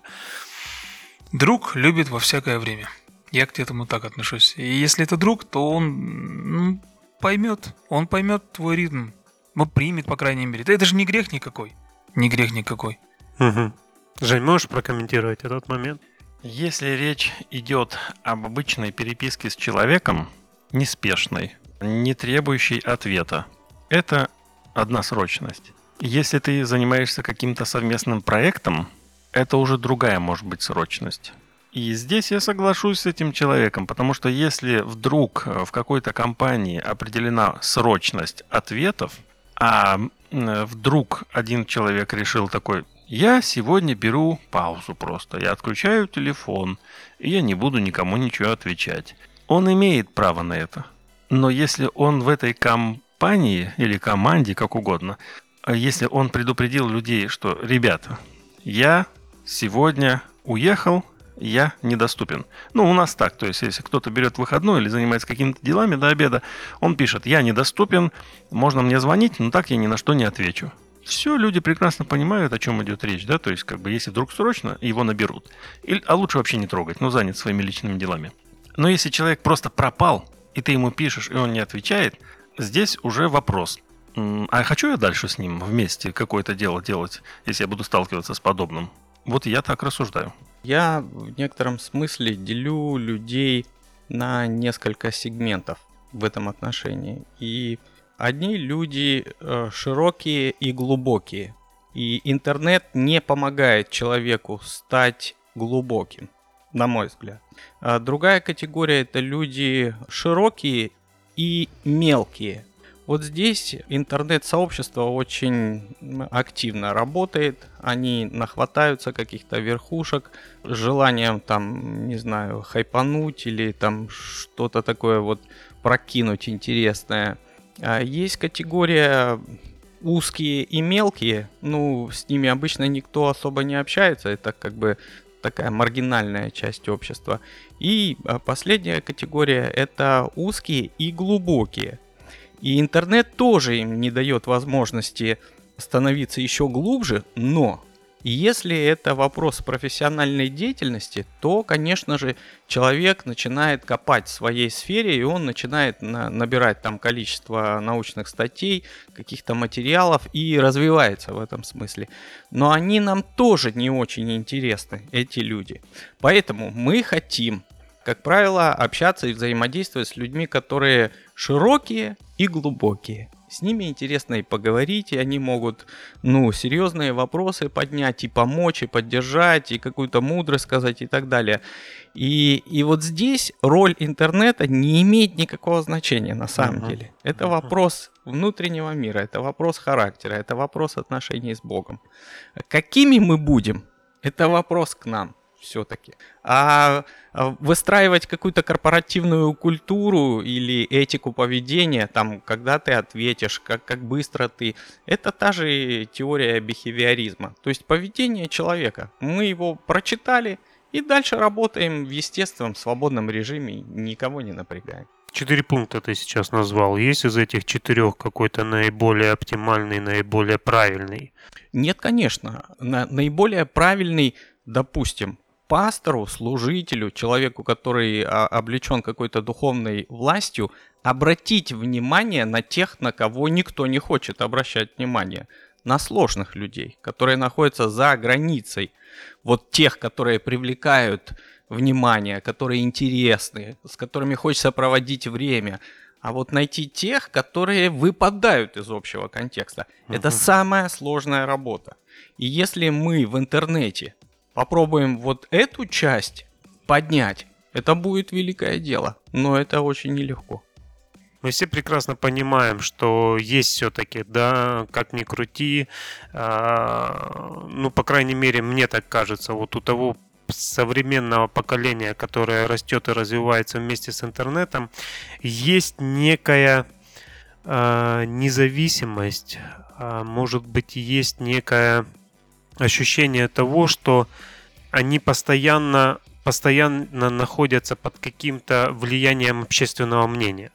Друг любит во всякое время. Я к этому так отношусь. И если это друг, то он поймет. Он поймет твой ритм. Он примет, по крайней мере. Это же не грех никакой. Не грех никакой. Угу. Жень, можешь прокомментировать этот момент? Если речь идет об обычной переписке с человеком, неспешной, не требующей ответа, это одна срочность. Если ты занимаешься каким-то совместным проектом, это уже другая может быть срочность. И здесь я соглашусь с этим человеком, потому что если вдруг в какой-то компании определена срочность ответов, а вдруг один человек решил такой, я сегодня беру паузу просто, я отключаю телефон, и я не буду никому ничего отвечать. Он имеет право на это. Но если он в этой компании или команде, как угодно, если он предупредил людей, что, ребята, я сегодня уехал, я недоступен. Ну, у нас так, то есть, если кто-то берет выходной или занимается какими-то делами до обеда, он пишет, я недоступен, можно мне звонить, но так я ни на что не отвечу. Все, люди прекрасно понимают, о чем идет речь, да, то есть, как бы, если вдруг срочно, его наберут. А лучше вообще не трогать, занят своими личными делами. Но если человек просто пропал, и ты ему пишешь, и он не отвечает, здесь уже вопрос. А хочу я дальше с ним вместе какое-то дело делать, если я буду сталкиваться с подобным? Вот я так рассуждаю. Я в некотором смысле делю людей на несколько сегментов в этом отношении. И одни люди широкие и глубокие. И интернет не помогает человеку стать глубоким, на мой взгляд. А другая категория — это люди широкие и мелкие. Вот здесь интернет-сообщество очень активно работает, они нахватаются каких-то верхушек с желанием там, не знаю, хайпануть или там что-то такое вот прокинуть интересное. А есть категория узкие и мелкие, с ними обычно никто особо не общается, это как бы такая маргинальная часть общества. И последняя категория — это узкие и глубокие. И интернет тоже им не дает возможности становиться еще глубже, но если это вопрос профессиональной деятельности, то, конечно же, человек начинает копать в своей сфере, и он начинает набирать там количество научных статей, каких-то материалов и развивается в этом смысле. Но они нам тоже не очень интересны, эти люди. Поэтому мы хотим, как правило, общаться и взаимодействовать с людьми, которые широкие и глубокие. С ними интересно и поговорить, и они могут, серьезные вопросы поднять, и помочь, и поддержать, и какую-то мудрость сказать, и так далее. И вот здесь роль интернета не имеет никакого значения на самом деле. Это вопрос внутреннего мира, это вопрос характера, это вопрос отношений с Богом. Какими мы будем, это вопрос к нам все-таки. А выстраивать какую-то корпоративную культуру или этику поведения, там, когда ты ответишь, как быстро ты, это та же теория бихевиоризма. То есть поведение человека. Мы его прочитали и дальше работаем в естественном, свободном режиме, никого не напрягаем. 4 пункта ты сейчас назвал. Есть из этих 4 какой-то наиболее оптимальный, наиболее правильный? Нет, конечно. Наиболее правильный, допустим, пастору, служителю, человеку, который облечен какой-то духовной властью, обратить внимание на тех, на кого никто не хочет обращать внимание. На сложных людей, которые находятся за границей. Вот тех, которые привлекают внимание, которые интересны, с которыми хочется проводить время. А вот найти тех, которые выпадают из общего контекста. Это самая сложная работа. И если мы в интернете попробуем вот эту часть поднять, это будет великое дело, но это очень нелегко. Мы все прекрасно понимаем, что есть все-таки, да, как ни крути, по крайней мере, мне так кажется, вот у того современного поколения, которое растет и развивается вместе с интернетом, есть некая независимость, может быть, есть некое ощущение того, что они постоянно находятся под каким-то влиянием общественного мнения.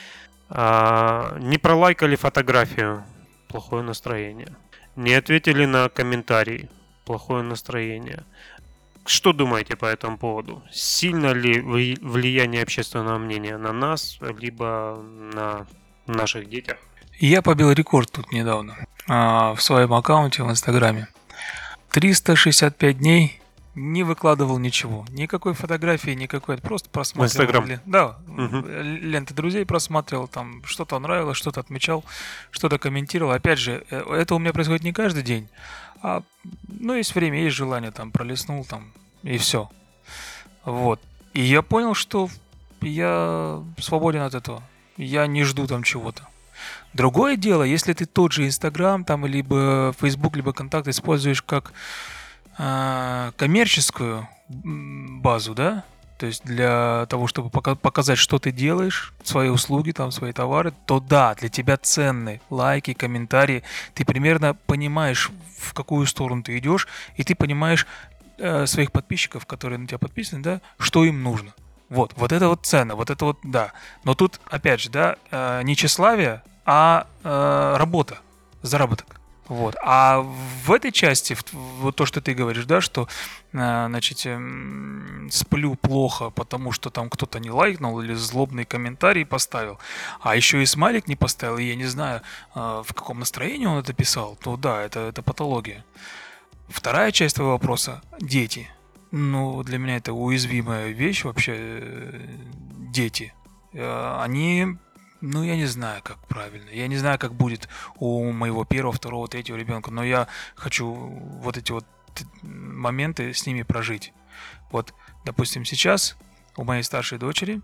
Не пролайкали фотографию — плохое настроение. Не ответили на комментарий — плохое настроение. Что думаете по этому поводу? Сильно ли влияние общественного мнения на нас, либо на наших детях? Я побил рекорд тут недавно в своем аккаунте в Инстаграме. 365 дней не выкладывал ничего. Никакой фотографии, никакой. Просто просматривал. В Инстаграм? Да. Ленты друзей просматривал. Там что-то нравилось, что-то отмечал, что-то комментировал. Опять же, это у меня происходит не каждый день. Есть время, есть желание. Там пролистнул, и все. Вот. И я понял, что я свободен от этого. Я не жду там чего-то. Другое дело, если ты тот же Инстаграм, либо Facebook, либо Контакт используешь как коммерческую базу, да, то есть для того, чтобы показать, что ты делаешь, свои услуги, свои товары, то да, для тебя ценны лайки, комментарии, ты примерно понимаешь, в какую сторону ты идешь, и ты понимаешь своих подписчиков, которые на тебя подписаны, да, что им нужно. Вот это вот ценно, вот это вот, да. Но тут, опять же, да, не тщеславие, а работа, заработок. Вот. А в этой части, вот то, что ты говоришь, да, что, значит, сплю плохо, потому что там кто-то не лайкнул или злобный комментарий поставил, а еще и смайлик не поставил, и я не знаю, в каком настроении он это писал, то да, это патология. Вторая часть твоего вопроса – дети. Ну, для меня это уязвимая вещь вообще, дети. Они... Ну, я не знаю, как правильно. Я не знаю, как будет у моего первого, второго, третьего ребенка, но я хочу вот эти вот моменты с ними прожить. Вот, допустим, сейчас у моей старшей дочери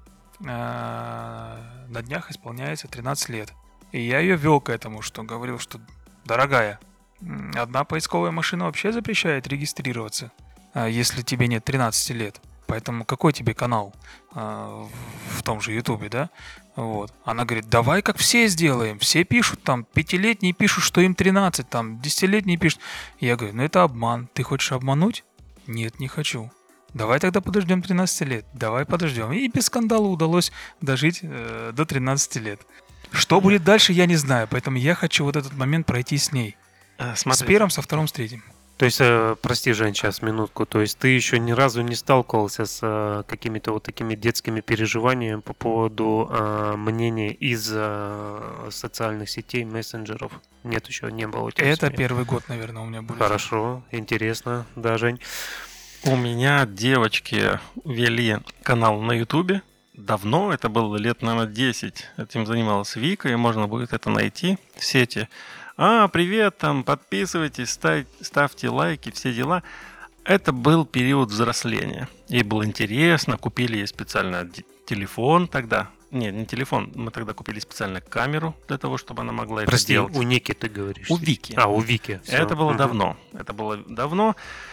на днях исполняется 13 лет. И я ее вел к этому, что говорил, что, дорогая, одна поисковая машина вообще запрещает регистрироваться, если тебе нет 13 лет. Поэтому какой тебе канал в том же Ютубе, да? Вот. Она говорит, давай как все сделаем. Все пишут там, 5-летние пишут, что им 13, там, 10-летние пишут. Я говорю, ну это обман. Ты хочешь обмануть? Нет, не хочу. Давай тогда подождем 13 лет. Давай подождем. И без скандала удалось дожить до 13 лет. Что будет дальше, я не знаю. Поэтому я хочу вот этот момент пройти с ней. С первым, со вторым, с третьим. То есть, прости, Жень, сейчас минутку. То есть ты еще ни разу не сталкивался с какими-то вот такими детскими переживаниями по поводу мнения из социальных сетей, мессенджеров? Нет, еще не было у тебя. Это первый год, наверное, у меня будет. Хорошо, интересно, да, Жень? У меня девочки вели канал на Ютубе. Давно, это было лет, наверное, 10. Этим занималась Вика, и можно будет это найти в сети. Привет, там, подписывайтесь, ставьте лайки, все дела. Это был период взросления. Ей было интересно, купили ей специально телефон тогда. Нет, не телефон, мы тогда купили специально камеру для того, чтобы она могла это сделать. У Ники ты говоришь. У Вики. У Вики. Всё. Это было давно. Это было давно.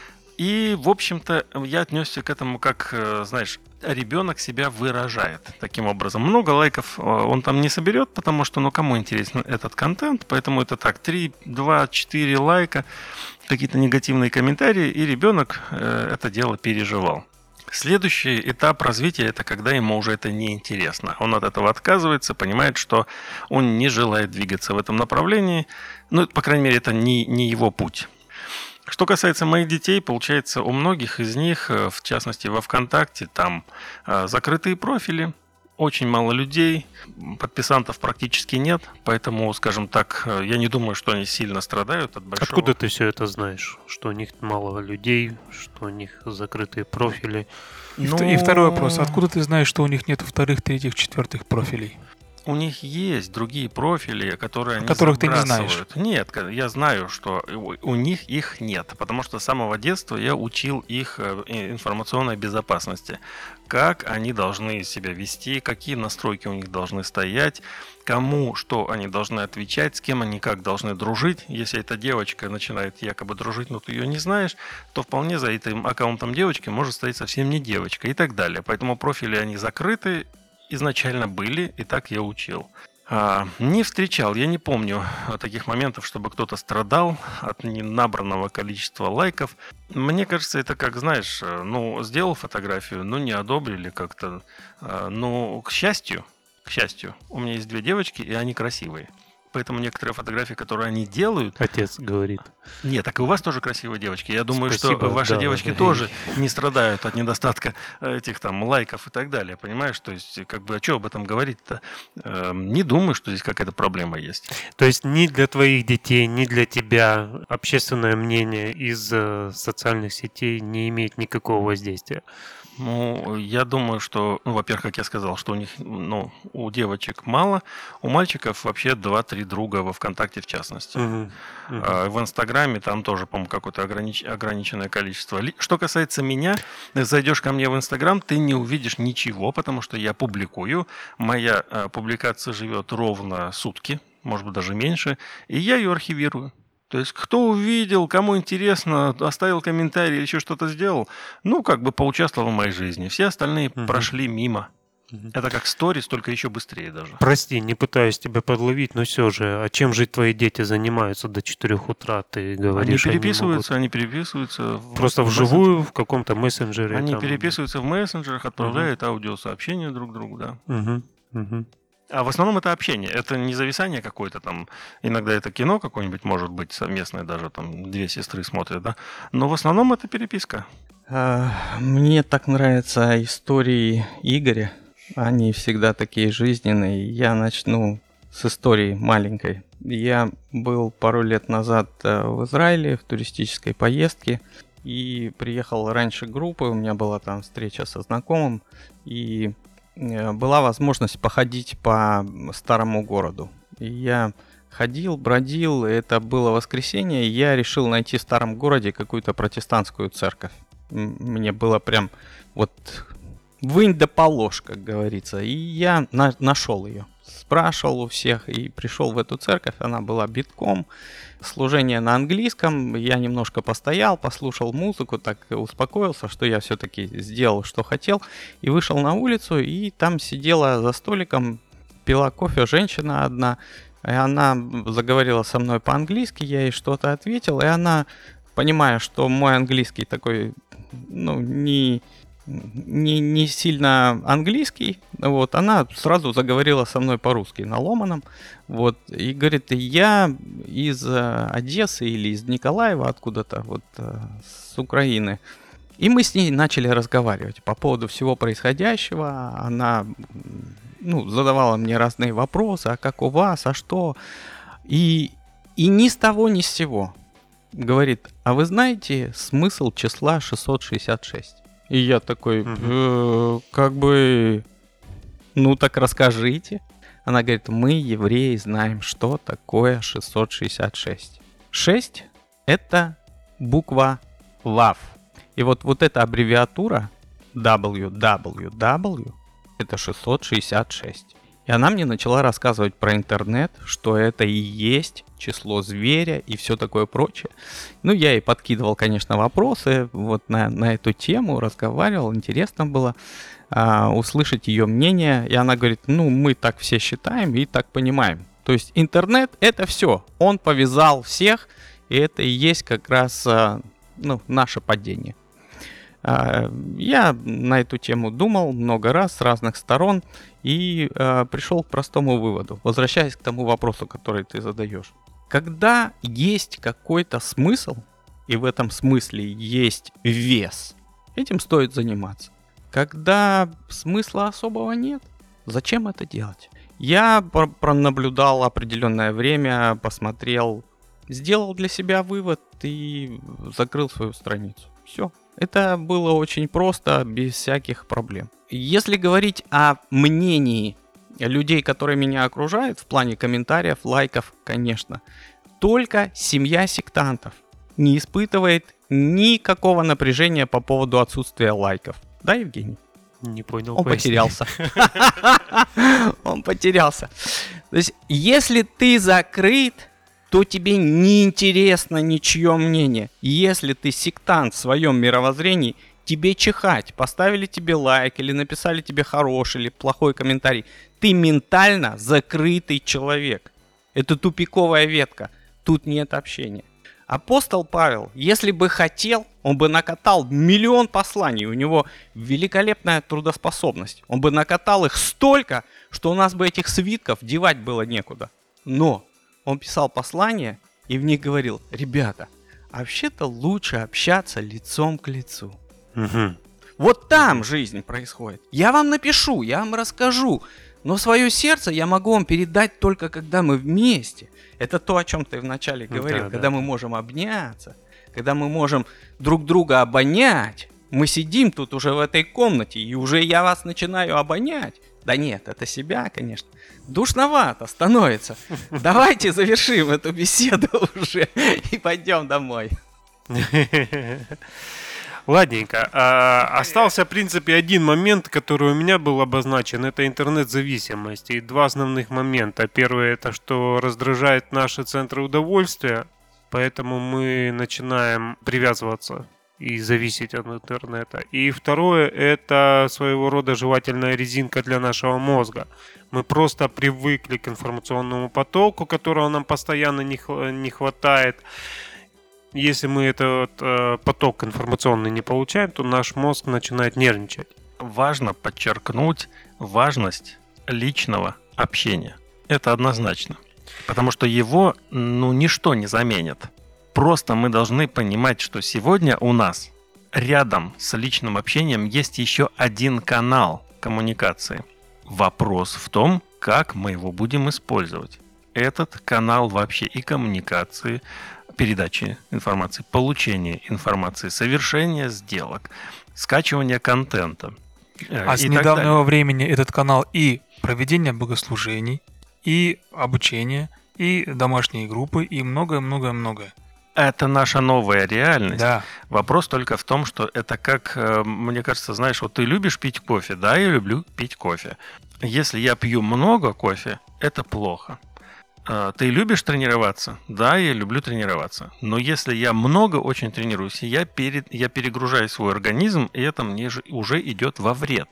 И, в общем-то, я отнесся к этому как, знаешь, ребенок себя выражает таким образом. Много лайков он там не соберет, потому что, ну, кому интересен этот контент, поэтому это так, 3, 2, 4 лайка, какие-то негативные комментарии, и ребенок это дело переживал. Следующий этап развития – это когда ему уже это неинтересно. Он от этого отказывается, понимает, что он не желает двигаться в этом направлении. Ну, по крайней мере, это не его путь. Что касается моих детей, получается, у многих из них, в частности во ВКонтакте, там закрытые профили, очень мало людей, подписантов практически нет, поэтому, скажем так, я не думаю, что они сильно страдают от большого... Откуда ты все это знаешь? Что у них мало людей, что у них закрытые профили? И второй вопрос. Откуда ты знаешь, что у них нет вторых, третьих, четвертых профилей? У них есть другие профили, которые они которых ты не забрасывают. знаешь. Нет, я знаю, что у них их нет, потому что с самого детства я учил их информационной безопасности. Как они должны себя вести, какие настройки у них должны стоять, кому что они должны отвечать, с кем они как должны дружить. Если эта девочка начинает якобы дружить, но ты ее не знаешь, то вполне за этим аккаунтом девочки может стоять совсем не девочка и так далее. Поэтому профили они закрыты, изначально были, и так я учил. Не встречал, я не помню таких моментов, чтобы кто-то страдал от ненабранного количества лайков. Мне кажется, это как, знаешь, сделал фотографию, не одобрили как-то. К счастью, у меня есть 2 девочки, и они красивые. Поэтому некоторые фотографии, которые они делают... Отец говорит. Нет, так и у вас тоже красивые девочки. Я думаю, Спасибо, что ваши да, девочки да. тоже не страдают от недостатка этих там лайков и так далее. Понимаешь? То есть, что об этом говорить-то? Не думаю, что здесь какая-то проблема есть. То есть ни для твоих детей, ни для тебя общественное мнение из социальных сетей не имеет никакого воздействия? Я думаю, что, во-первых, как я сказал, что у них, у девочек мало, у мальчиков вообще 2-3 друга во ВКонтакте в частности. В Инстаграме там тоже, по-моему, какое-то ограниченное количество. Что касается меня, зайдешь ко мне в Инстаграм, ты не увидишь ничего, потому что я публикую. Моя публикация живет ровно сутки, может быть, даже меньше, и я ее архивирую. То есть, кто увидел, кому интересно, оставил комментарий или еще что-то сделал, поучаствовал в моей жизни. Все остальные прошли мимо. Это как сторис, только еще быстрее даже. Прости, не пытаюсь тебя подловить, но все же, а чем же твои дети занимаются до 4 утра, ты говоришь? Они переписываются. Просто вживую, в каком-то мессенджере? Они переписываются в мессенджерах, отправляют аудиосообщения друг другу, да. А в основном это общение, это не зависание какое-то там. Иногда это кино какое-нибудь может быть совместное, даже там две сестры смотрят, да. Но в основном это переписка. Мне так нравятся истории Игоря. Они всегда такие жизненные. Я начну с истории маленькой. Я был пару лет назад в Израиле в туристической поездке и приехал раньше группы. У меня была там встреча со знакомым, и была возможность походить по старому городу. И я ходил, бродил, это было воскресенье, и я решил найти в старом городе какую-то протестантскую церковь. Мне было прям вот вынь да положь, как говорится. И я нашел ее. Спрашивал у всех и пришел в эту церковь. Она была битком. Служение на английском. Я немножко постоял, послушал музыку, так успокоился, что я все-таки сделал, что хотел. И вышел на улицу, и там сидела за столиком, пила кофе женщина одна. И она заговорила со мной по-английски, я ей что-то ответил, и она, понимая, что мой английский такой, ну, не сильно английский, вот, она сразу заговорила со мной по-русски на ломаном, вот, и говорит, я из Одессы или из Николаева откуда-то, вот, с Украины. И мы с ней начали разговаривать по поводу всего происходящего. Она, ну, задавала мне разные вопросы, а как у вас, а что? И ни с того, ни с сего говорит, а вы знаете смысл числа 666? И я такой, как бы, ну так расскажите. Она говорит, мы, евреи, знаем, что такое 666. 6 – это буква ВАВ. И вот эта аббревиатура www – это 666. И она мне начала рассказывать про интернет, что это и есть число зверя и все такое прочее. Ну, я ей подкидывал, конечно, вопросы вот на эту тему, разговаривал, интересно было услышать ее мнение. И она говорит, ну, мы так все считаем и так понимаем. То есть интернет – это все. Он повязал всех, и это и есть как раз наше падение. Я на эту тему думал много раз с разных сторон и пришел к простому выводу, возвращаясь к тому вопросу, который ты задаешь. Когда есть какой-то смысл, и в этом смысле есть вес, этим стоит заниматься. Когда смысла особого нет, зачем это делать? Я пронаблюдал определенное время, посмотрел, сделал для себя вывод и закрыл свою страницу. Все. Это было очень просто, без всяких проблем. Если говорить о мнении людей, которые меня окружают, в плане комментариев, лайков, конечно, только семья сектантов не испытывает никакого напряжения по поводу отсутствия лайков. Да, Евгений? Не понял. Он потерялся. Он потерялся. То есть, если ты закрыт, то тебе не интересно ничье мнение. Если ты сектант в своем мировоззрении, тебе чихать, поставили тебе лайк или написали тебе хороший или плохой комментарий. Ты ментально закрытый человек. Это тупиковая ветка. Тут нет общения. Апостол Павел, если бы хотел, он бы накатал 1 миллион посланий. У него великолепная трудоспособность. Он бы накатал их столько, что у нас бы этих свитков девать было некуда. Но он писал послания и в них говорил, ребята, вообще-то лучше общаться лицом к лицу. Угу. Вот там жизнь происходит. Я вам напишу, я вам расскажу, но свое сердце я могу вам передать только когда мы вместе. Это то, о чем ты вначале говорил, Да, когда да. мы можем обняться, когда мы можем друг друга обонять. Мы сидим тут уже в этой комнате, и уже я вас начинаю обонять. Да нет, это себя, конечно. Душновато становится. Давайте завершим эту беседу уже и пойдем домой. Ладненько. Остался, в принципе, один момент, который у меня был обозначен. Это интернет-зависимость. И два основных момента. Первый, это что раздражает наши центры удовольствия. Поэтому мы начинаем привязываться и зависеть от интернета. И второе, это своего рода жевательная резинка для нашего мозга. Мы просто привыкли к информационному потоку, которого нам постоянно не хватает. Если мы этот поток информационный не получаем, то наш мозг начинает нервничать. Важно подчеркнуть важность личного общения. Это однозначно. Потому что его, ничто не заменит. Просто мы должны понимать, что сегодня у нас рядом с личным общением есть еще один канал коммуникации. Вопрос в том, как мы его будем использовать. Этот канал вообще и коммуникации, передачи информации, получения информации, совершения сделок, скачивания контента. А с недавнего времени этот канал и проведение богослужений, и обучение, и домашние группы, и многое-многое-многое. Это наша новая реальность. Да. Вопрос только в том, что это как, мне кажется, знаешь, вот ты любишь пить кофе? Да, я люблю пить кофе. Если я пью много кофе, это плохо. Ты любишь тренироваться? Да, я люблю тренироваться. Но если я много очень тренируюсь, я перегружаю свой организм, и это мне же уже идет во вред.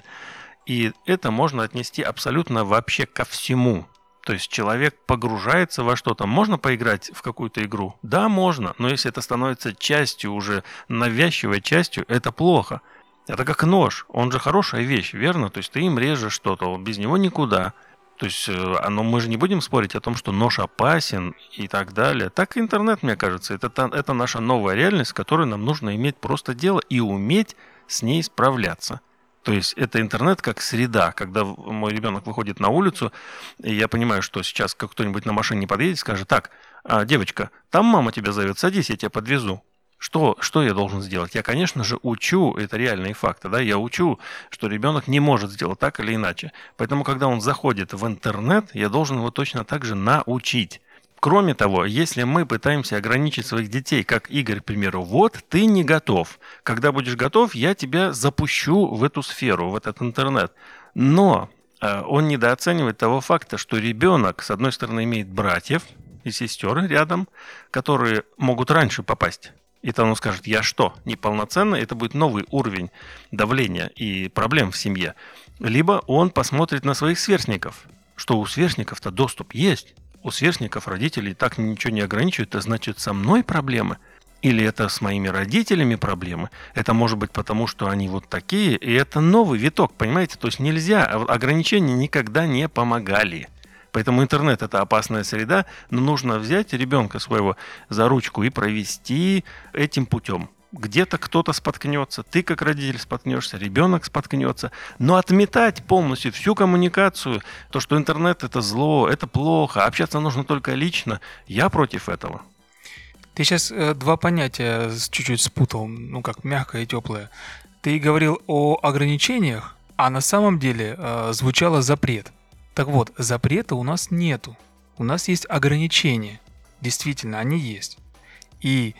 И это можно отнести абсолютно вообще ко всему. То есть человек погружается во что-то. Можно поиграть в какую-то игру? Да, можно. Но если это становится частью, уже навязчивой частью, это плохо. Это как нож. Он же хорошая вещь, верно? То есть ты им режешь что-то, без него никуда. То есть мы же не будем спорить о том, что нож опасен и так далее. Так и интернет, мне кажется, это наша новая реальность, с которой нам нужно иметь просто дело и уметь с ней справляться. То есть это интернет как среда. Когда мой ребенок выходит на улицу, и я понимаю, что сейчас кто-нибудь на машине подъедет и скажет: так, девочка, там мама тебя зовет, садись, я тебя подвезу. Что я должен сделать? Я, конечно же, учу, это реальные факты, да, я учу, что ребенок не может сделать так или иначе. Поэтому, когда он заходит в интернет, я должен его точно так же научить. Кроме того, если мы пытаемся ограничить своих детей, как Игорь, к примеру, вот ты не готов. Когда будешь готов, я тебя запущу в эту сферу, в этот интернет. Но он недооценивает того факта, что ребенок, с одной стороны, имеет братьев и сестер рядом, которые могут раньше попасть. И то он скажет: я что, неполноценный? Это будет новый уровень давления и проблем в семье. Либо он посмотрит на своих сверстников, что у сверстников-то доступ есть. У сверстников родителей так ничего не ограничивают, это значит, со мной проблемы? Или это с моими родителями проблемы? Это может быть потому, что они вот такие, и это новый виток, понимаете? То есть нельзя, ограничения никогда не помогали. Поэтому интернет – это опасная среда, но нужно взять ребенка своего за ручку и провести этим путем. Где-то кто-то споткнется, ты как родитель споткнешься, ребенок споткнется. Но отметать полностью всю коммуникацию, то, что интернет – это зло, это плохо, общаться нужно только лично, я против этого. Ты сейчас два понятия чуть-чуть спутал, как мягкое и теплое. Ты говорил о ограничениях, а на самом деле звучало запрет. Так вот, запрета у нас нету. У нас есть ограничения. Действительно, они есть. И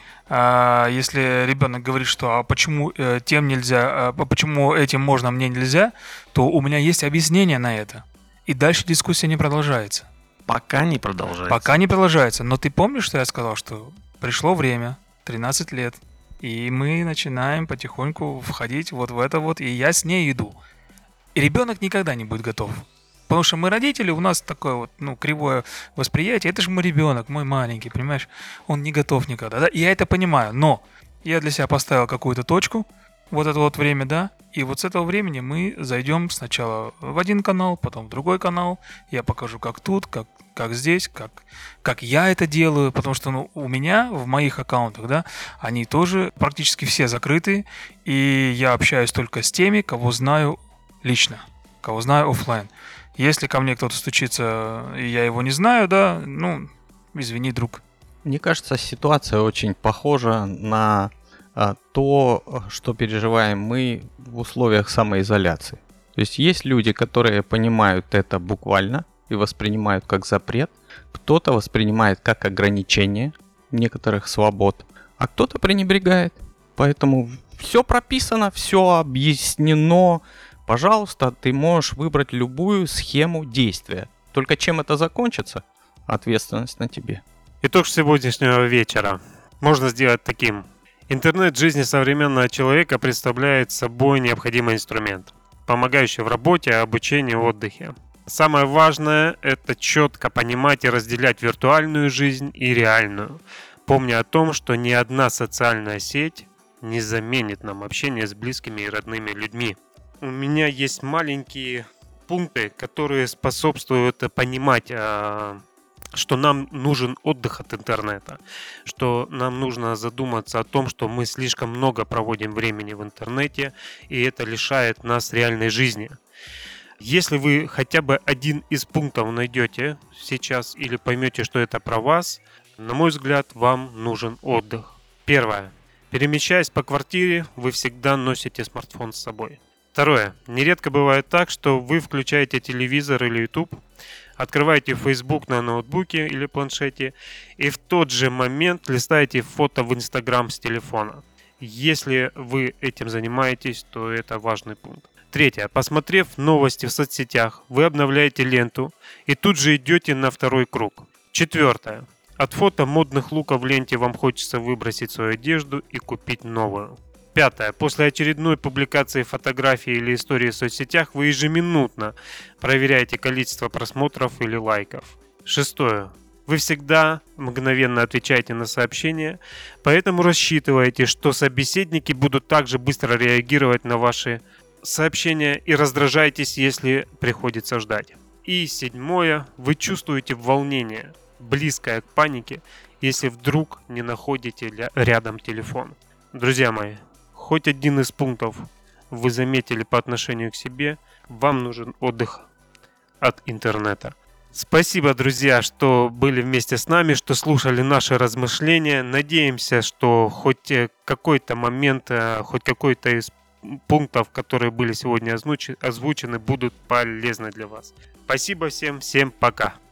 если ребенок говорит, что почему тем нельзя, почему этим можно, а мне нельзя, то у меня есть объяснение на это. И дальше дискуссия не продолжается. Пока не продолжается. Пока не продолжается. Но ты помнишь, что я сказал, что пришло время, 13 лет, и мы начинаем потихоньку входить вот в это вот, и я с ней иду. И ребенок никогда не будет готов. Потому что мы родители, у нас такое вот, кривое восприятие. Это же мой ребенок, мой маленький, понимаешь? Он не готов никогда. Да? Я это понимаю, но я для себя поставил какую-то точку, вот это вот время, да, и вот с этого времени мы зайдем сначала в один канал, потом в другой канал. Я покажу, как тут, как здесь, как я это делаю, потому что у меня в моих аккаунтах, да, они тоже практически все закрыты, и я общаюсь только с теми, кого знаю лично, кого знаю офлайн. Если ко мне кто-то стучится, и я его не знаю, да, извини, друг. Мне кажется, ситуация очень похожа на то, что переживаем мы в условиях самоизоляции. То есть люди, которые понимают это буквально и воспринимают как запрет, кто-то воспринимает как ограничение некоторых свобод, а кто-то пренебрегает. Поэтому все прописано, все объяснено. Пожалуйста, ты можешь выбрать любую схему действия. Только чем это закончится, ответственность на тебе. Итог сегодняшнего вечера можно сделать таким. Интернет в жизни современного человека представляет собой необходимый инструмент, помогающий в работе, обучении, отдыхе. Самое важное – это четко понимать и разделять виртуальную жизнь и реальную, помня о том, что ни одна социальная сеть не заменит нам общение с близкими и родными людьми. У меня есть маленькие пункты, которые способствуют понимать, что нам нужен отдых от интернета, что нам нужно задуматься о том, что мы слишком много проводим времени в интернете, и это лишает нас реальной жизни. Если вы хотя бы один из пунктов найдете сейчас или поймете, что это про вас, на мой взгляд, вам нужен отдых. Первое. Перемещаясь по квартире, вы всегда носите смартфон с собой. Второе. Нередко бывает так, что вы включаете телевизор или YouTube, открываете Facebook на ноутбуке или планшете и в тот же момент листаете фото в Instagram с телефона. Если вы этим занимаетесь, то это важный пункт. Третье. Посмотрев новости в соцсетях, вы обновляете ленту и тут же идете на второй круг. Четвертое. От фото модных луков в ленте вам хочется выбросить свою одежду и купить новую. Пятое. После очередной публикации фотографии или истории в соцсетях вы ежеминутно проверяете количество просмотров или лайков. Шестое. Вы всегда мгновенно отвечаете на сообщения, поэтому рассчитываете, что собеседники будут также быстро реагировать на ваши сообщения и раздражаетесь, если приходится ждать. И седьмое. Вы чувствуете волнение, близкое к панике, если вдруг не находите рядом телефон. Друзья мои, хоть один из пунктов вы заметили по отношению к себе, вам нужен отдых от интернета. Спасибо, друзья, что были вместе с нами, что слушали наши размышления. Надеемся, что хоть какой-то момент, хоть какой-то из пунктов, которые были сегодня озвучены, будут полезны для вас. Спасибо всем, всем пока.